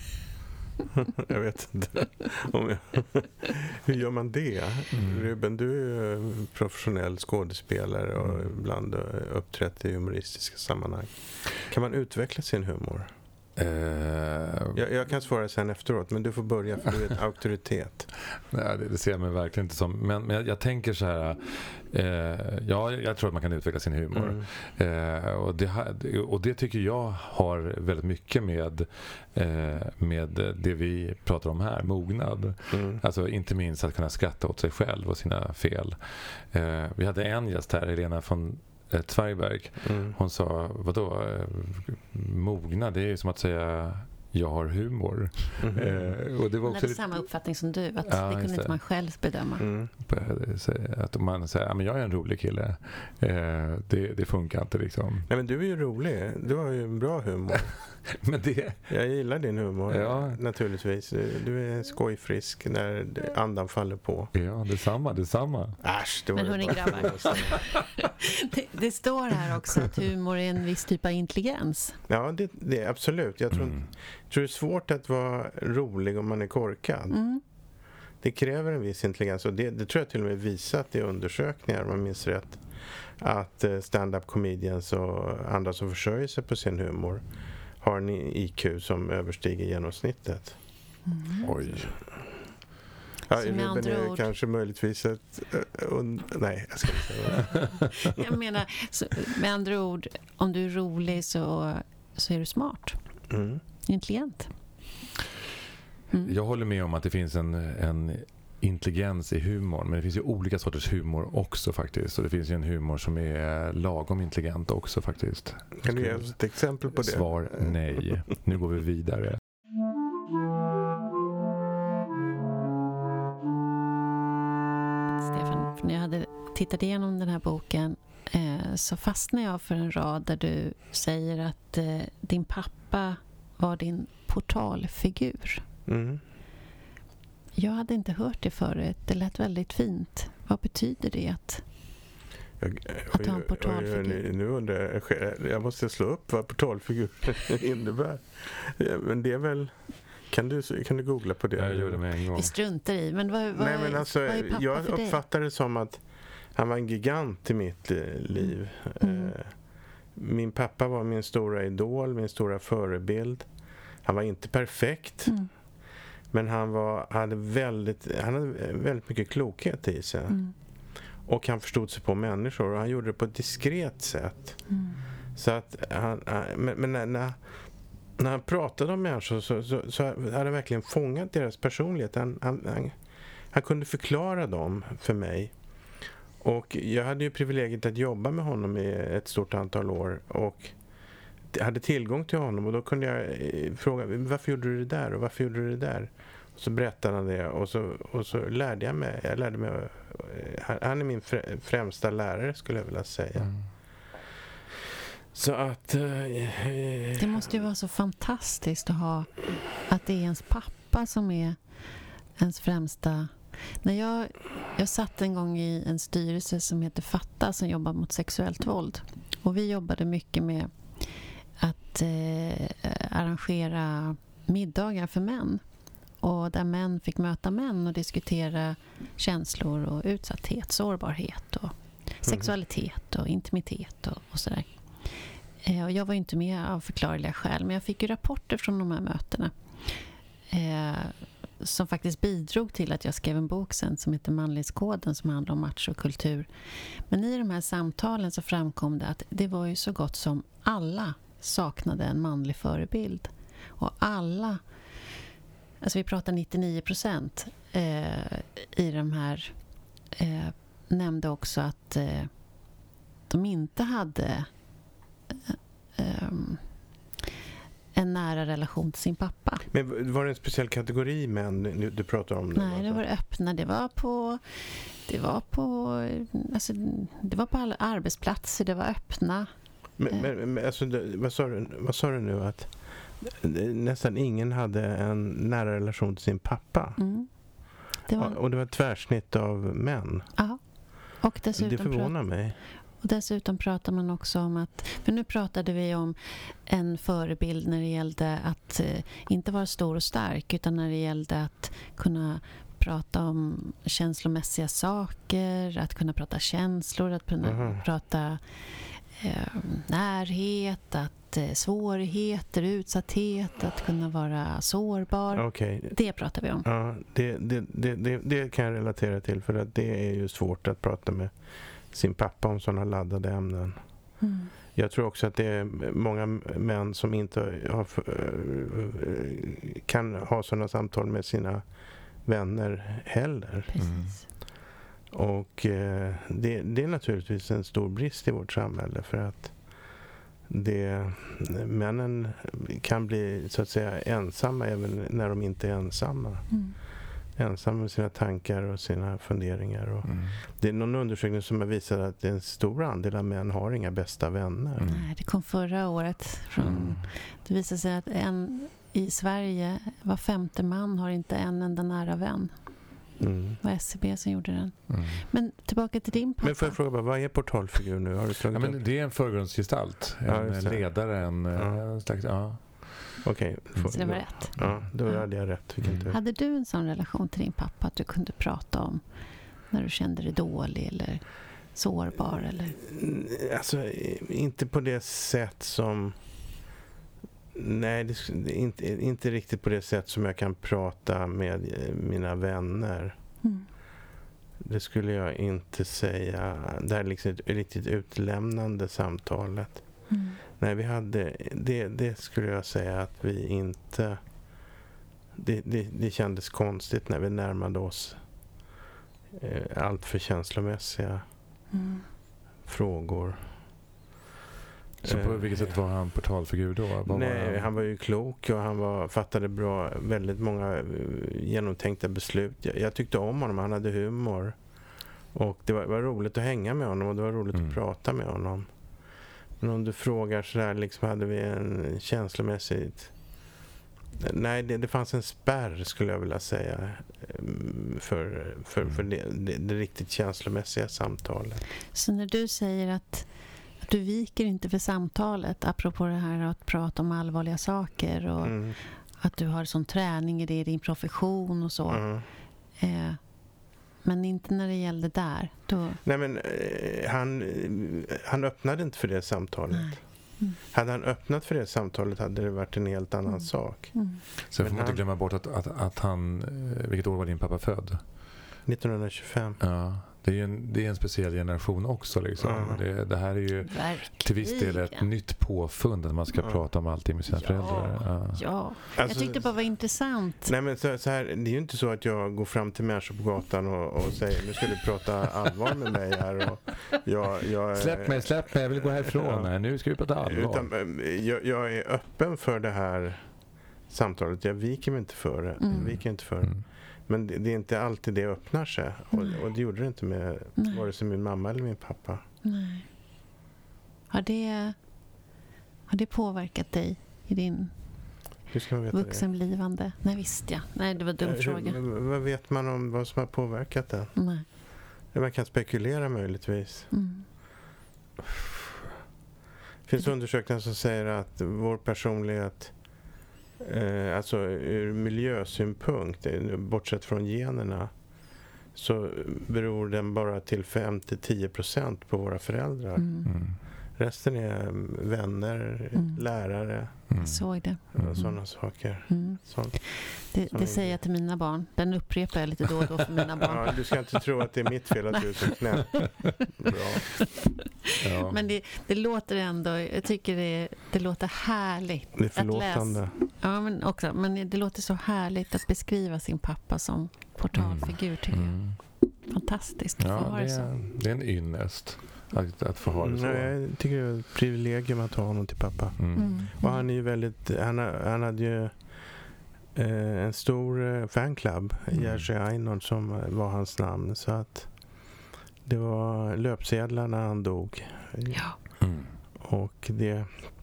Jag vet inte. Om jag... Hur gör man det? Mm. Ruben, du är professionell skådespelare och mm. ibland uppträtt i humoristiska sammanhang. Kan man utveckla sin humor? Uh... Jag, jag kan svara sen efteråt, men du får börja för du är en auktoritet. Nej, det, det ser jag mig verkligen inte som. Men, men jag, jag tänker så här, eh, ja, jag tror att man kan utveckla sin humor. Mm. Eh, och, det, och det tycker jag har väldigt mycket med, eh, med det vi pratar om här, mognad. Mm. Alltså inte minst att kunna skratta åt sig själv och sina fel. Eh, vi hade en gäst här, Helena från Tvärberg. Mm. Hon sa, vadå, mogna, det är ju som att säga jag har humor. Mm. Eh, och det var också lite... samma uppfattning som du, att ja, det kunde inte man själv bedöma. Mm. Att man säger, men jag är en rolig kille. Eh, det, det funkar inte liksom. Nej, men du är ju rolig. Du har ju en bra humor. Men det... Jag gillar din humor, ja. Naturligtvis. Du är skojfrisk när andan faller på. Ja, detsamma, detsamma. Äsch, det var men hörni grabbar, det, det står här också att humor är en viss typ av intelligens. Ja, det, det är absolut. Jag tror, mm. tror det är svårt att vara rolig om man är korkad. Mm. Det kräver en viss intelligens, och det, det tror jag till och med visat i undersökningar, om man minns rätt, att stand-up comedians och andra som försörjer sig på sin humor har en I Q som överstiger genomsnittet. Mm. Oj. Ja, Ruben är ord... kanske möjligtvis ett... Uh, nej, jag ska inte säga. Jag menar, så, med andra ord, om du är rolig så, så är du smart. Mm. Intelligent. Mm. Jag håller med om att det finns en, en intelligens i humor, men det finns ju olika sorters humor också faktiskt. Och det finns ju en humor som är lagom intelligent också faktiskt. Kan du ge ett exempel på det? Svar nej. Nu går vi vidare. Stefan, när jag hade tittat igenom den här boken eh, så fastnar jag för en rad där du säger att eh, din pappa var din portalfigur. Mm. Jag hade inte hört det förut. Det lät väldigt fint. Vad betyder det att, jag, att ha en portalfigur? Nu, nu undrar jag, jag måste slå upp vad portalfigur innebär. Ja, men det är väl... Kan du, kan du googla på det? Jag gjorde det med en gång. Vi struntar i. Men vad, vad, Nej, men alltså, vad är pappa jag för dig? uppfattar det som att han var en gigant i mitt liv. Mm. Eh, min pappa var min stora idol, min stora förebild. Han var inte perfekt. Mm. Men han var, hade väldigt, han hade väldigt mycket klokhet i sig. Mm. Och han förstod sig på människor. Och han gjorde det på ett diskret sätt. Mm. Så att han, men, men när, när, när han pratade om människor så, så, så hade han verkligen fångat deras personlighet. Han, han, han, han kunde förklara dem för mig. Och jag hade ju privilegiet att jobba med honom i ett stort antal år. Och jag hade tillgång till honom. Och då kunde jag fråga, varför gjorde du det där? Och varför gjorde du det där? Och så berättade han det. Och så, och så lärde jag mig. Jag lärde mig han är min främsta lärare, skulle jag vilja säga. Mm. Så att... Eh, det måste ju vara så fantastiskt att ha att det är ens pappa som är ens främsta... När jag, jag satt en gång i en styrelse som heter Fatta som jobbar mot sexuellt våld. Och vi jobbade mycket med att eh, arrangera middagar för män. Och där män fick möta män och diskutera känslor och utsatthet, sårbarhet och sexualitet och intimitet och, och sådär. Eh, och jag var ju inte med av förklarliga skäl, men jag fick ju rapporter från de här mötena. Eh, som faktiskt bidrog till att jag skrev en bok sen som heter Manlighetskoden som handlar om machokultur. Men i de här samtalen så framkom det att det var ju så gott som alla saknade en manlig förebild. Och alla, alltså vi pratar nittionio procent eh, i de här eh, nämnde också att eh, de inte hade eh, eh, en nära relation till sin pappa. Men var det en speciell kategori män du, du pratar om? Nej, alltså? Det var öppna. Det var på det var på alltså, det var på alla arbetsplatser. Det var öppna. Men, men, men alltså, vad sa du, vad sa du nu? Att nästan ingen hade en nära relation till sin pappa. Mm. Det var... Och det var ett tvärsnitt av män. Ja. Och dessutom det förvånar mig. Och dessutom pratar man också om att, för nu pratade vi om en förebild när det gällde att eh, inte vara stor och stark, utan när det gällde att kunna prata om känslomässiga saker, att kunna prata känslor, att kunna mm. prata eh, närhet, att eh, svårigheter, utsatthet, att kunna vara sårbar. Okay. Det pratar vi om. Ja, det, det, det, det, det kan jag relatera till, för att det är ju svårt att prata med sin pappa om sådana laddade ämnen. Mm. Jag tror också att det är många män som inte har, kan ha sådana samtal med sina vänner heller. Precis. Mm. Och eh, det, det är naturligtvis en stor brist i vårt samhälle, för att det, männen kan bli så att säga ensamma även när de inte är ensamma. Mm. Ensam med sina tankar och sina funderingar. Och mm. Det är någon undersökning som har visat att en stor andel av män har inga bästa vänner. Mm. Nej, det kom förra året. Från, mm. Det visade sig att en, i Sverige var femte man har inte en enda nära vän. Mm. Det var S C B som gjorde den. Mm. Men tillbaka till din pappa. Men får jag fråga, vad är portalfigur nu? Har du ja, men det är en förgrundsgestalt. En ja, ledare, en ja. slags... Ja. Okej. Okay. Så det var rätt. Ja, då hade jag rätt. Mm. Hade du en sån relation till din pappa att du kunde prata om när du kände dig dålig eller sårbar? Eller? Alltså, inte på det sätt som... Nej, det, inte, inte riktigt på det sätt som jag kan prata med mina vänner. Mm. Det skulle jag inte säga. Det är liksom ett riktigt utlämnande samtalet. Mm. Nej, vi hade det, det skulle jag säga att vi inte det, det, det kändes konstigt när vi närmade oss eh, allt för känslomässiga mm. frågor. Så på vilket sätt var han portalfigur då? Vad Nej, var han? han var ju klok och han var, fattade bra, väldigt många genomtänkta beslut. Jag, jag tyckte om honom, han hade humor. Och det var, var roligt att hänga med honom och det var roligt mm. att prata med honom. Men om du frågar så där, liksom hade vi en känslomässigt... Nej, det, det fanns en spärr skulle jag vilja säga för, för, för det, det, det riktigt känslomässiga samtalet. Så när du säger att, att du viker inte för samtalet, apropå det här att prata om allvarliga saker och mm. att du har sån träning i det i din profession och så. Mm. Eh, men inte när det gällde där. Då... Nej, men eh, han, han öppnade inte för det samtalet. Nej. Mm. Hade han öppnat för det samtalet hade det varit en helt annan mm. sak. Mm. Så får man inte glömma bort att, att, att han, vilket år var din pappa född? nittonhundratjugofem. Ja, det är en, det är en speciell generation också liksom. Mm. Det, det här är ju verkligen till viss del ett nytt påfund att man ska mm. prata om allting med sina ja. föräldrar. Ja, ja. Alltså, jag tyckte bara det var intressant. Nej, men så, så här, det är ju inte så att jag går fram till människor på gatan och, och säger nu ska du prata allvar med mig här. Och jag, jag, släpp mig, släpp mig, jag vill gå härifrån. Ja. Nej, nu ska vi prata allvar. Utan, jag, jag är öppen för det här samtalet. Jag viker mig inte för det. Mm. Jag viker inte för det. Mm. Men det, det är inte alltid det öppnar sig. Och, och det gjorde det inte med Nej. vare sig min mamma eller min pappa. Nej. Har det, har det påverkat dig i din vuxenblivande? Nej, visst ja. Nej, det var en dum Hur, fråga. Vad vet man om vad som har påverkat det? Nej. Man kan spekulera möjligtvis. Mm. Det finns undersökningar som säger att vår personlighet Eh, alltså ur miljösynpunkt, bortsett från generna, så beror den bara till fem till tio procent på våra föräldrar. Mm. Mm. Resten är vänner, mm. lärare. Mm. Såg det. Mm. Sådana saker. Mm. Sånt, det det säger jag till mina barn. Den upprepar jag lite då och då för mina barn. Ja, du ska inte tro att det är mitt fel att du är så knäpp. Bra. Ja. Men det, det låter ändå, jag tycker det, det låter härligt. Det är förlåtande. Att läsa. Ja, men också. Men det låter så härligt att beskriva sin pappa som portalfigur, tycker mm. jag. Fantastiskt att ja, få ha det, det så. Är, det är en ynnest att, att få ha det så. Nej, jag tycker det är ett privilegium att ha honom till pappa. Mm. Mm. Och han är ju väldigt, han, han hade ju eh, en stor fanclub, mm. Jerzy Einhorn, som var hans namn. Så att det var löpsedlar när han dog. Ja. Mm. Och det...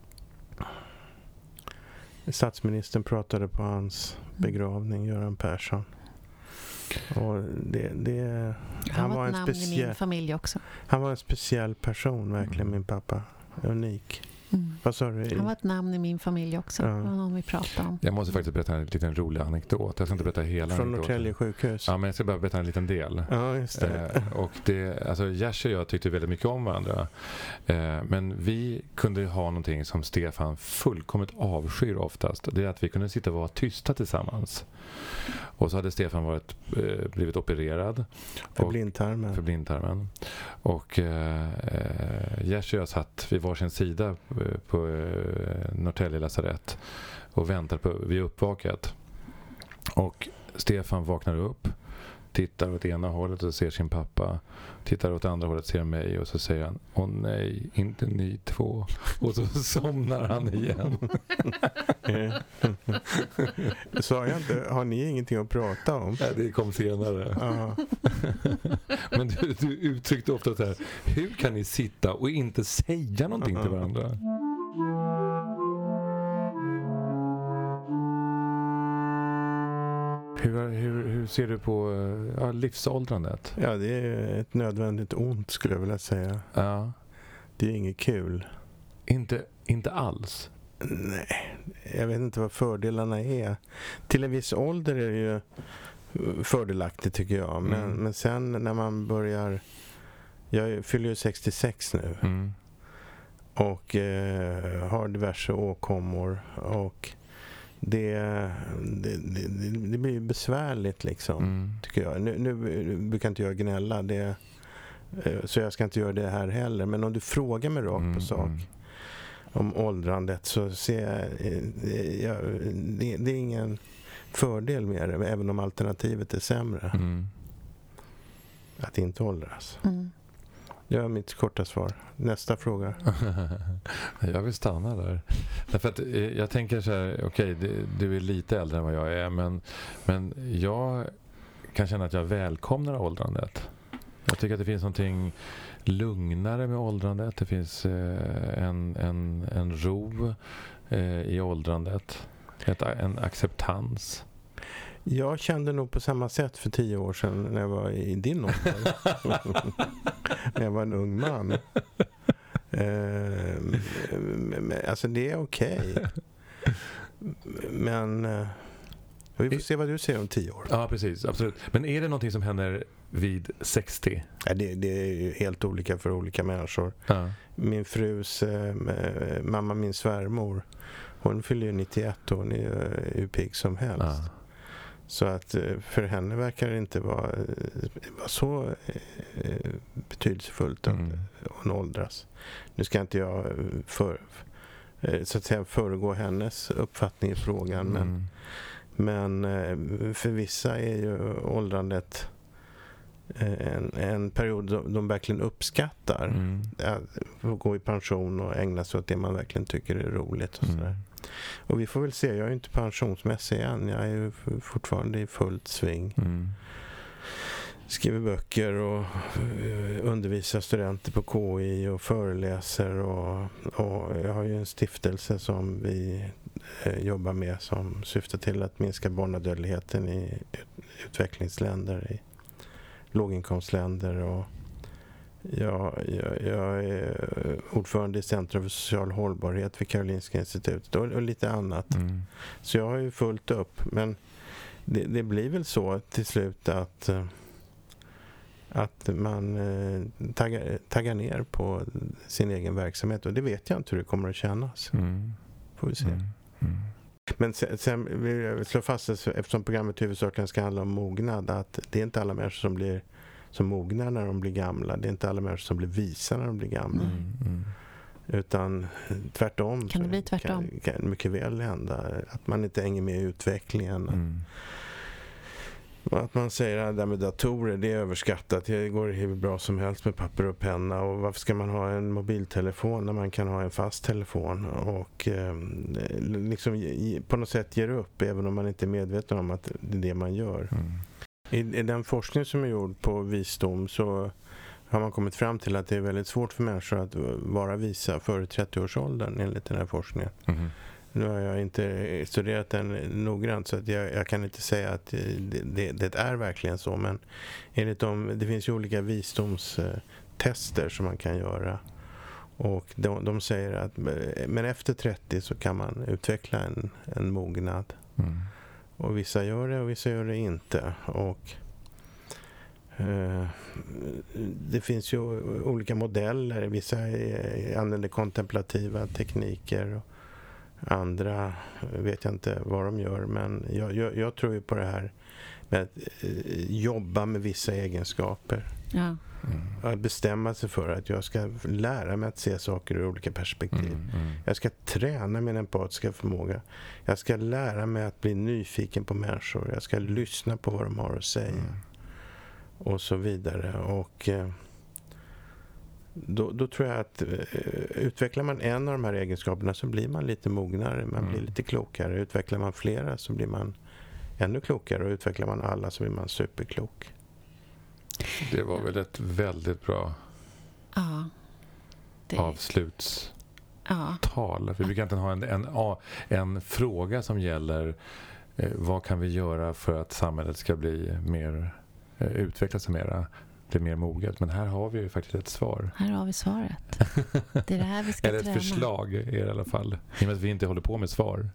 Statsministern pratade på hans begravning, Göran Persson. Och det, det, han, han var, var en namn speciell, i min familj också. Han var en speciell person, verkligen, mm. min pappa. Unik. Mm. Vad sa du? Han var ett namn i min familj också. Ja. Det var någon vi pratade om. Jag måste faktiskt berätta en liten rolig anekdot. Jag ska inte berätta hela Från Norrtälje sjukhus. Ja, men jag ska bara berätta en liten del. Ja, just det. Eh, och det, alltså Jerzy och jag tyckte väldigt mycket om varandra. Eh, men vi kunde ha någonting som Stefan fullkomligt avskyr oftast. Det är att vi kunde sitta och vara tysta tillsammans. Och så hade Stefan varit, eh, blivit opererad. För och, blindtarmen. För blindtarmen. Och eh, Jerzy och jag satt vid varsin sida på eh, Norrtälje lasarett och väntade på, vid uppvaket. Och Stefan vaknar upp, tittar åt ena hållet och ser sin pappa, tittar åt andra hållet och ser mig, och så säger han: åh nej, inte ni två. Och så somnar han igen. Sa jag inte, har ni ingenting att prata om? Nej, det kom senare. Men du, du uttryckte ofta så här: hur kan ni sitta och inte säga någonting till varandra? Hur, hur, hur ser du på ja, livsåldrandet? Ja, det är ett nödvändigt ont, skulle jag vilja säga. Ja. Det är inget kul. Inte, inte alls? Nej, jag vet inte vad fördelarna är. Till en viss ålder är det ju fördelaktigt, tycker jag. Men, mm. men sen när man börjar... Jag fyller ju sextiosex nu. Mm. Och eh, har diverse åkommor. Och... Det, det, det, det blir besvärligt liksom, mm. tycker jag. Nu, nu brukar inte jag gnälla det, så jag ska inte göra det här heller. Men om du frågar mig rakt mm, på sak mm. om åldrandet, så ser jag, jag det, det är ingen fördel med det, även om alternativet är sämre. Mm. Att inte åldras. Mm. Det är mitt korta svar. Nästa fråga. Jag vill stanna där. Därför att jag tänker så här, okej, okay, du är lite äldre än vad jag är, men, men jag kan känna att jag välkomnar åldrandet. Jag tycker att det finns någonting lugnare med åldrandet. Det finns eh, en, en, en ro eh, i åldrandet. Ett, en acceptans. Jag kände nog på samma sätt för tio år sedan när jag var i din ålder. När jag var en ung man. Eh, alltså det är okej. Okay. Men eh, vi får se vad du säger om tio år. Ja, precis. Absolut. Men är det någonting som händer vid sextio? Ja, det, det är ju helt olika för olika människor. Ja. Min frus eh, mamma, min svärmor, hon fyller ju nittioett och hon är hur pigg som helst. Ja. Så att för henne verkar det inte vara, vara så eh, betydelsefullt att mm. hon åldras. Nu ska inte jag för, så att säga föregå hennes uppfattning i frågan, mm. men, men för vissa är ju åldrandet en, en period de, de verkligen uppskattar. Mm. Att gå i pension och ägna sig åt det man verkligen tycker är roligt och sådär. Mm. Och vi får väl se, jag är ju inte pensionsmässig än. Jag är ju fortfarande i fullt sving. Mm. Skriver böcker och undervisar studenter på K I och föreläser. Och, och jag har ju en stiftelse som vi eh, jobbar med som syftar till att minska barnadödligheten i utvecklingsländer, i låginkomstländer. Och Ja, jag, jag är ordförande i Centrum för social hållbarhet vid Karolinska institutet och, och lite annat. Mm. Så jag har ju fullt upp. Men det, det blir väl så till slut att, att man taggar, taggar ner på sin egen verksamhet. Och det vet jag inte hur det kommer att kännas. Mm. Får vi se. Mm. Mm. Men sen, sen vill jag slå fast, eftersom programmet huvudsakligen ska handla om mognad, att det är inte alla människor som blir som mognar när de blir gamla. Det är inte alla människor som blir visa när de blir gamla. Mm, mm. Utan tvärtom. Kan det bli tvärtom? Kan, kan mycket väl hända. Att man inte hänger med i utvecklingen. Mm. Att man säger att det där med datorer, det är överskattat. Det går hur bra som helst med papper och penna. Och varför ska man ha en mobiltelefon när man kan ha en fast telefon? Och eh, liksom på något sätt ger upp, även om man inte är medveten om att det är det man gör. Mm. I, I den forskning som är gjord på visdom så har man kommit fram till att det är väldigt svårt för människor att vara visa före trettio-årsåldern enligt den här forskningen. Mm. Nu har jag inte studerat den noggrant så att jag, jag kan inte säga att det, det, det är verkligen så, men enligt dem, det finns ju olika visdomstester som man kan göra. Och de, de säger att men efter trettio så kan man utveckla en, en mognad. Mm. Och vissa gör det och vissa gör det inte. Och eh, det finns ju olika modeller. Vissa är, använder kontemplativa tekniker. Och andra vet jag inte vad de gör. Men jag, jag, jag tror ju på det här med att eh, jobba med vissa egenskaper. Ja. Mm. Att bestämma sig för att jag ska lära mig att se saker ur olika perspektiv. Mm, mm. Jag ska träna min empatiska förmåga. Jag ska lära mig att bli nyfiken på människor. Jag ska lyssna på vad de har att säga. Mm. Och så vidare. Och eh, då, då tror jag att eh, utvecklar man en av de här egenskaperna så blir man lite mognare. Man mm. blir lite klokare. Utvecklar man flera så blir man ännu klokare. Och utvecklar man alla så blir man superklok. Det var väl ett väldigt bra ja, det... avslutstal. Ja. Vi brukar inte ha en, en, en fråga som gäller eh, vad kan vi göra för att samhället ska bli mer eh, utvecklas mera, bli mer moget. Men här har vi ju faktiskt ett svar. Här har vi svaret. Det är det här vi ska Eller ett träna. förslag är det i alla fall. I och med att vi inte håller på med svar.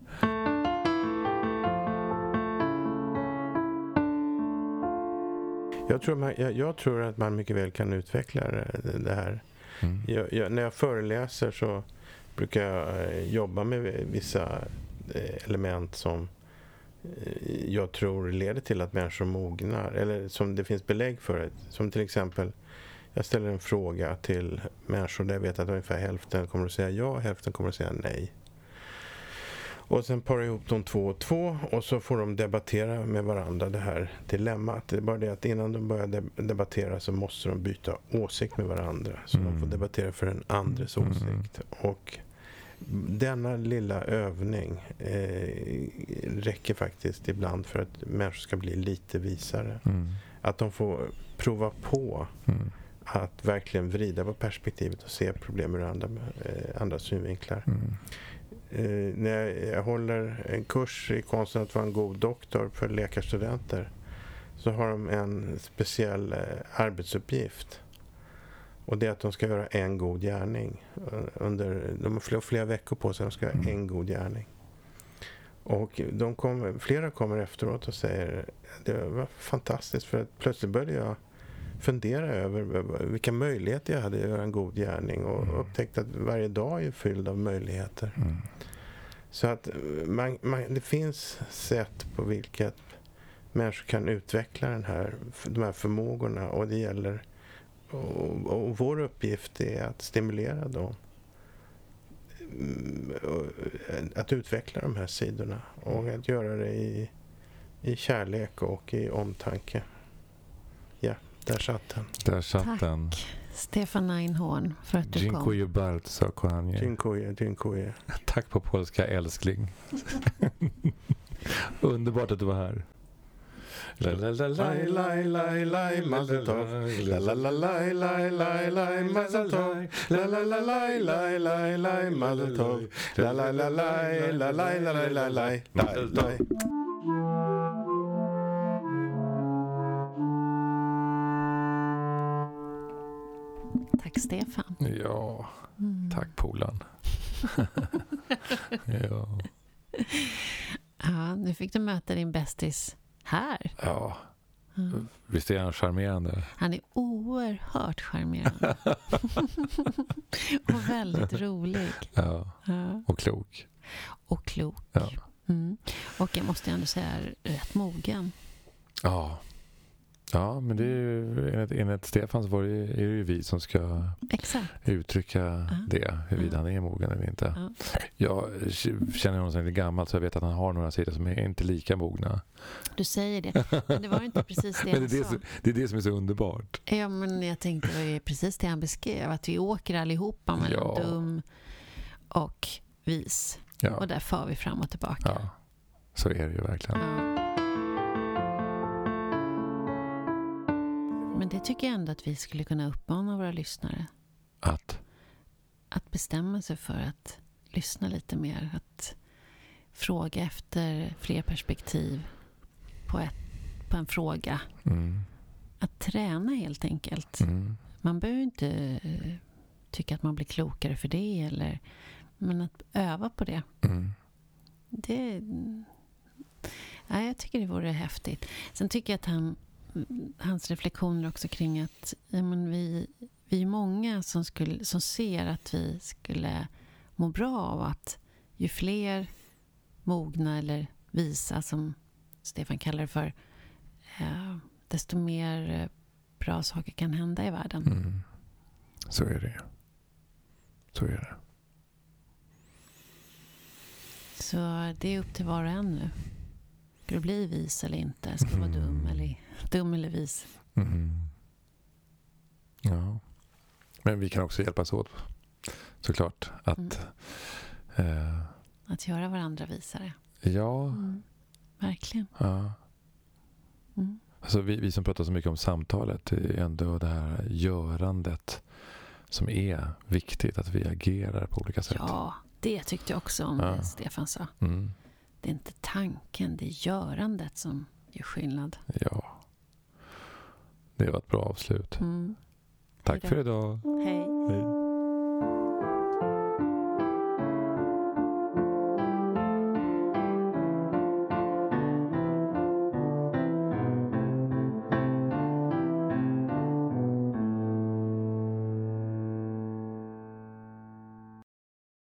Jag tror, man, jag, jag tror att man mycket väl kan utveckla det här. Mm. Jag, jag, när jag föreläser så brukar jag jobba med vissa element som jag tror leder till att människor mognar. Eller som det finns belägg för det. Som till exempel, jag ställer en fråga till människor där jag vet att ungefär hälften kommer att säga ja, hälften kommer att säga nej. Och sen parar ihop de två och två och så får de debattera med varandra det här dilemmat. Det är bara det att innan de börjar debattera så måste de byta åsikt med varandra. Så mm. de får debattera för en andres mm. åsikt. Och denna lilla övning eh, räcker faktiskt ibland för att människor ska bli lite visare. Mm. att de får prova på Mm. att verkligen vrida på perspektivet och se problem ur andra, eh, andra synvinklar. Mm. Eh, när jag, jag håller en kurs i konsten att vara en god doktor för läkarstudenter, så har de en speciell eh, arbetsuppgift. Och det är att de ska göra en god gärning. Under, de har flera, flera veckor på sig att de ska göra Mm. en god gärning. Och de kom, flera kommer efteråt och säger det var fantastiskt, för att plötsligt började jag fundera över vilka möjligheter jag hade att göra en god gärning, och Mm. upptäckte att varje dag är fylld av möjligheter. Mm. Så att man, man, det finns sätt på vilket människor kan utveckla den här, de här förmågorna, och det gäller, och, och vår uppgift är att stimulera dem, att utveckla de här sidorna, och att göra det i, i kärlek och i omtanke. Ja, där satt den. Där satt Tack, den. Stefan Einhorn, för att du kom. Dziękuję bardzo, kochanie. Dziękuję, dziękuję. Tack på polska, älskling. Underbart att du var här. La la la la la la la mazel tov. La la la la la la la mazel tov. La la la la la la la mazel tov. La la la la la la la la la mazel tov. Tack Stefan. Ja, Mm. tack Polan. Ja. Ja, nu fick du möta din bästis här. Ja, Mm. visst är han charmerande? Han är oerhört charmerande. Och väldigt rolig. Ja, Ja. och klok. Och klok. Ja. Mm. Och jag måste ändå säga rätt mogen. Ja. Ja, men det är ju, enligt, enligt Stefan så var det, är det ju vi som ska Exakt. uttrycka Ja. det, huruvida Ja. han är mogen eller inte. Ja. Jag känner honom som lite gammal, så jag vet att han har några sidor som är inte lika mogna. Du säger det. Men det var inte precis det Men han det är det, sa. som, det är det som är så underbart. Ja, men jag tänkte det var ju precis det han beskrev. Att vi åker allihopa mellan Ja. dum och vis. Ja. Och där far vi fram och tillbaka. Ja, så är det ju verkligen. Ja. Men det tycker jag ändå att vi skulle kunna uppmana våra lyssnare. Att, Att bestämma sig för att lyssna lite mer. Att fråga efter fler perspektiv på, ett, på en fråga. mm, Att träna helt enkelt. mm, Man behöver inte eh, tycka att man blir klokare för det. Eller, men att öva på det. mm, Det, ja, jag tycker det vore häftigt. Sen tycker jag att han, hans reflektioner också kring att ja, men vi, vi är många som, skulle, som ser att vi skulle må bra av att ju fler mogna eller visa, som Stefan kallar det för, eh, desto mer eh, bra saker kan hända i världen. mm. Så är det. Så är det. Så det är upp till var och en nu. Ska du bli vis eller inte? Ska du vara Mm. dum eller, dum eller vis? Mm. Ja. Men vi kan också hjälpas åt, såklart. Att Mm. eh, Att göra varandra visare. ja, Mm. Verkligen. ja. Mm. Alltså vi, vi som pratar så mycket om samtalet, det är ändå det här görandet som är viktigt, att vi agerar på olika sätt. Ja, det tyckte jag också om Ja. det Stefan sa. Mm. Det är inte tanken, det är görandet som gör skillnad. Ja. Det var ett bra avslut. Mm. Tack Hejdå. för idag. Hej. Hej.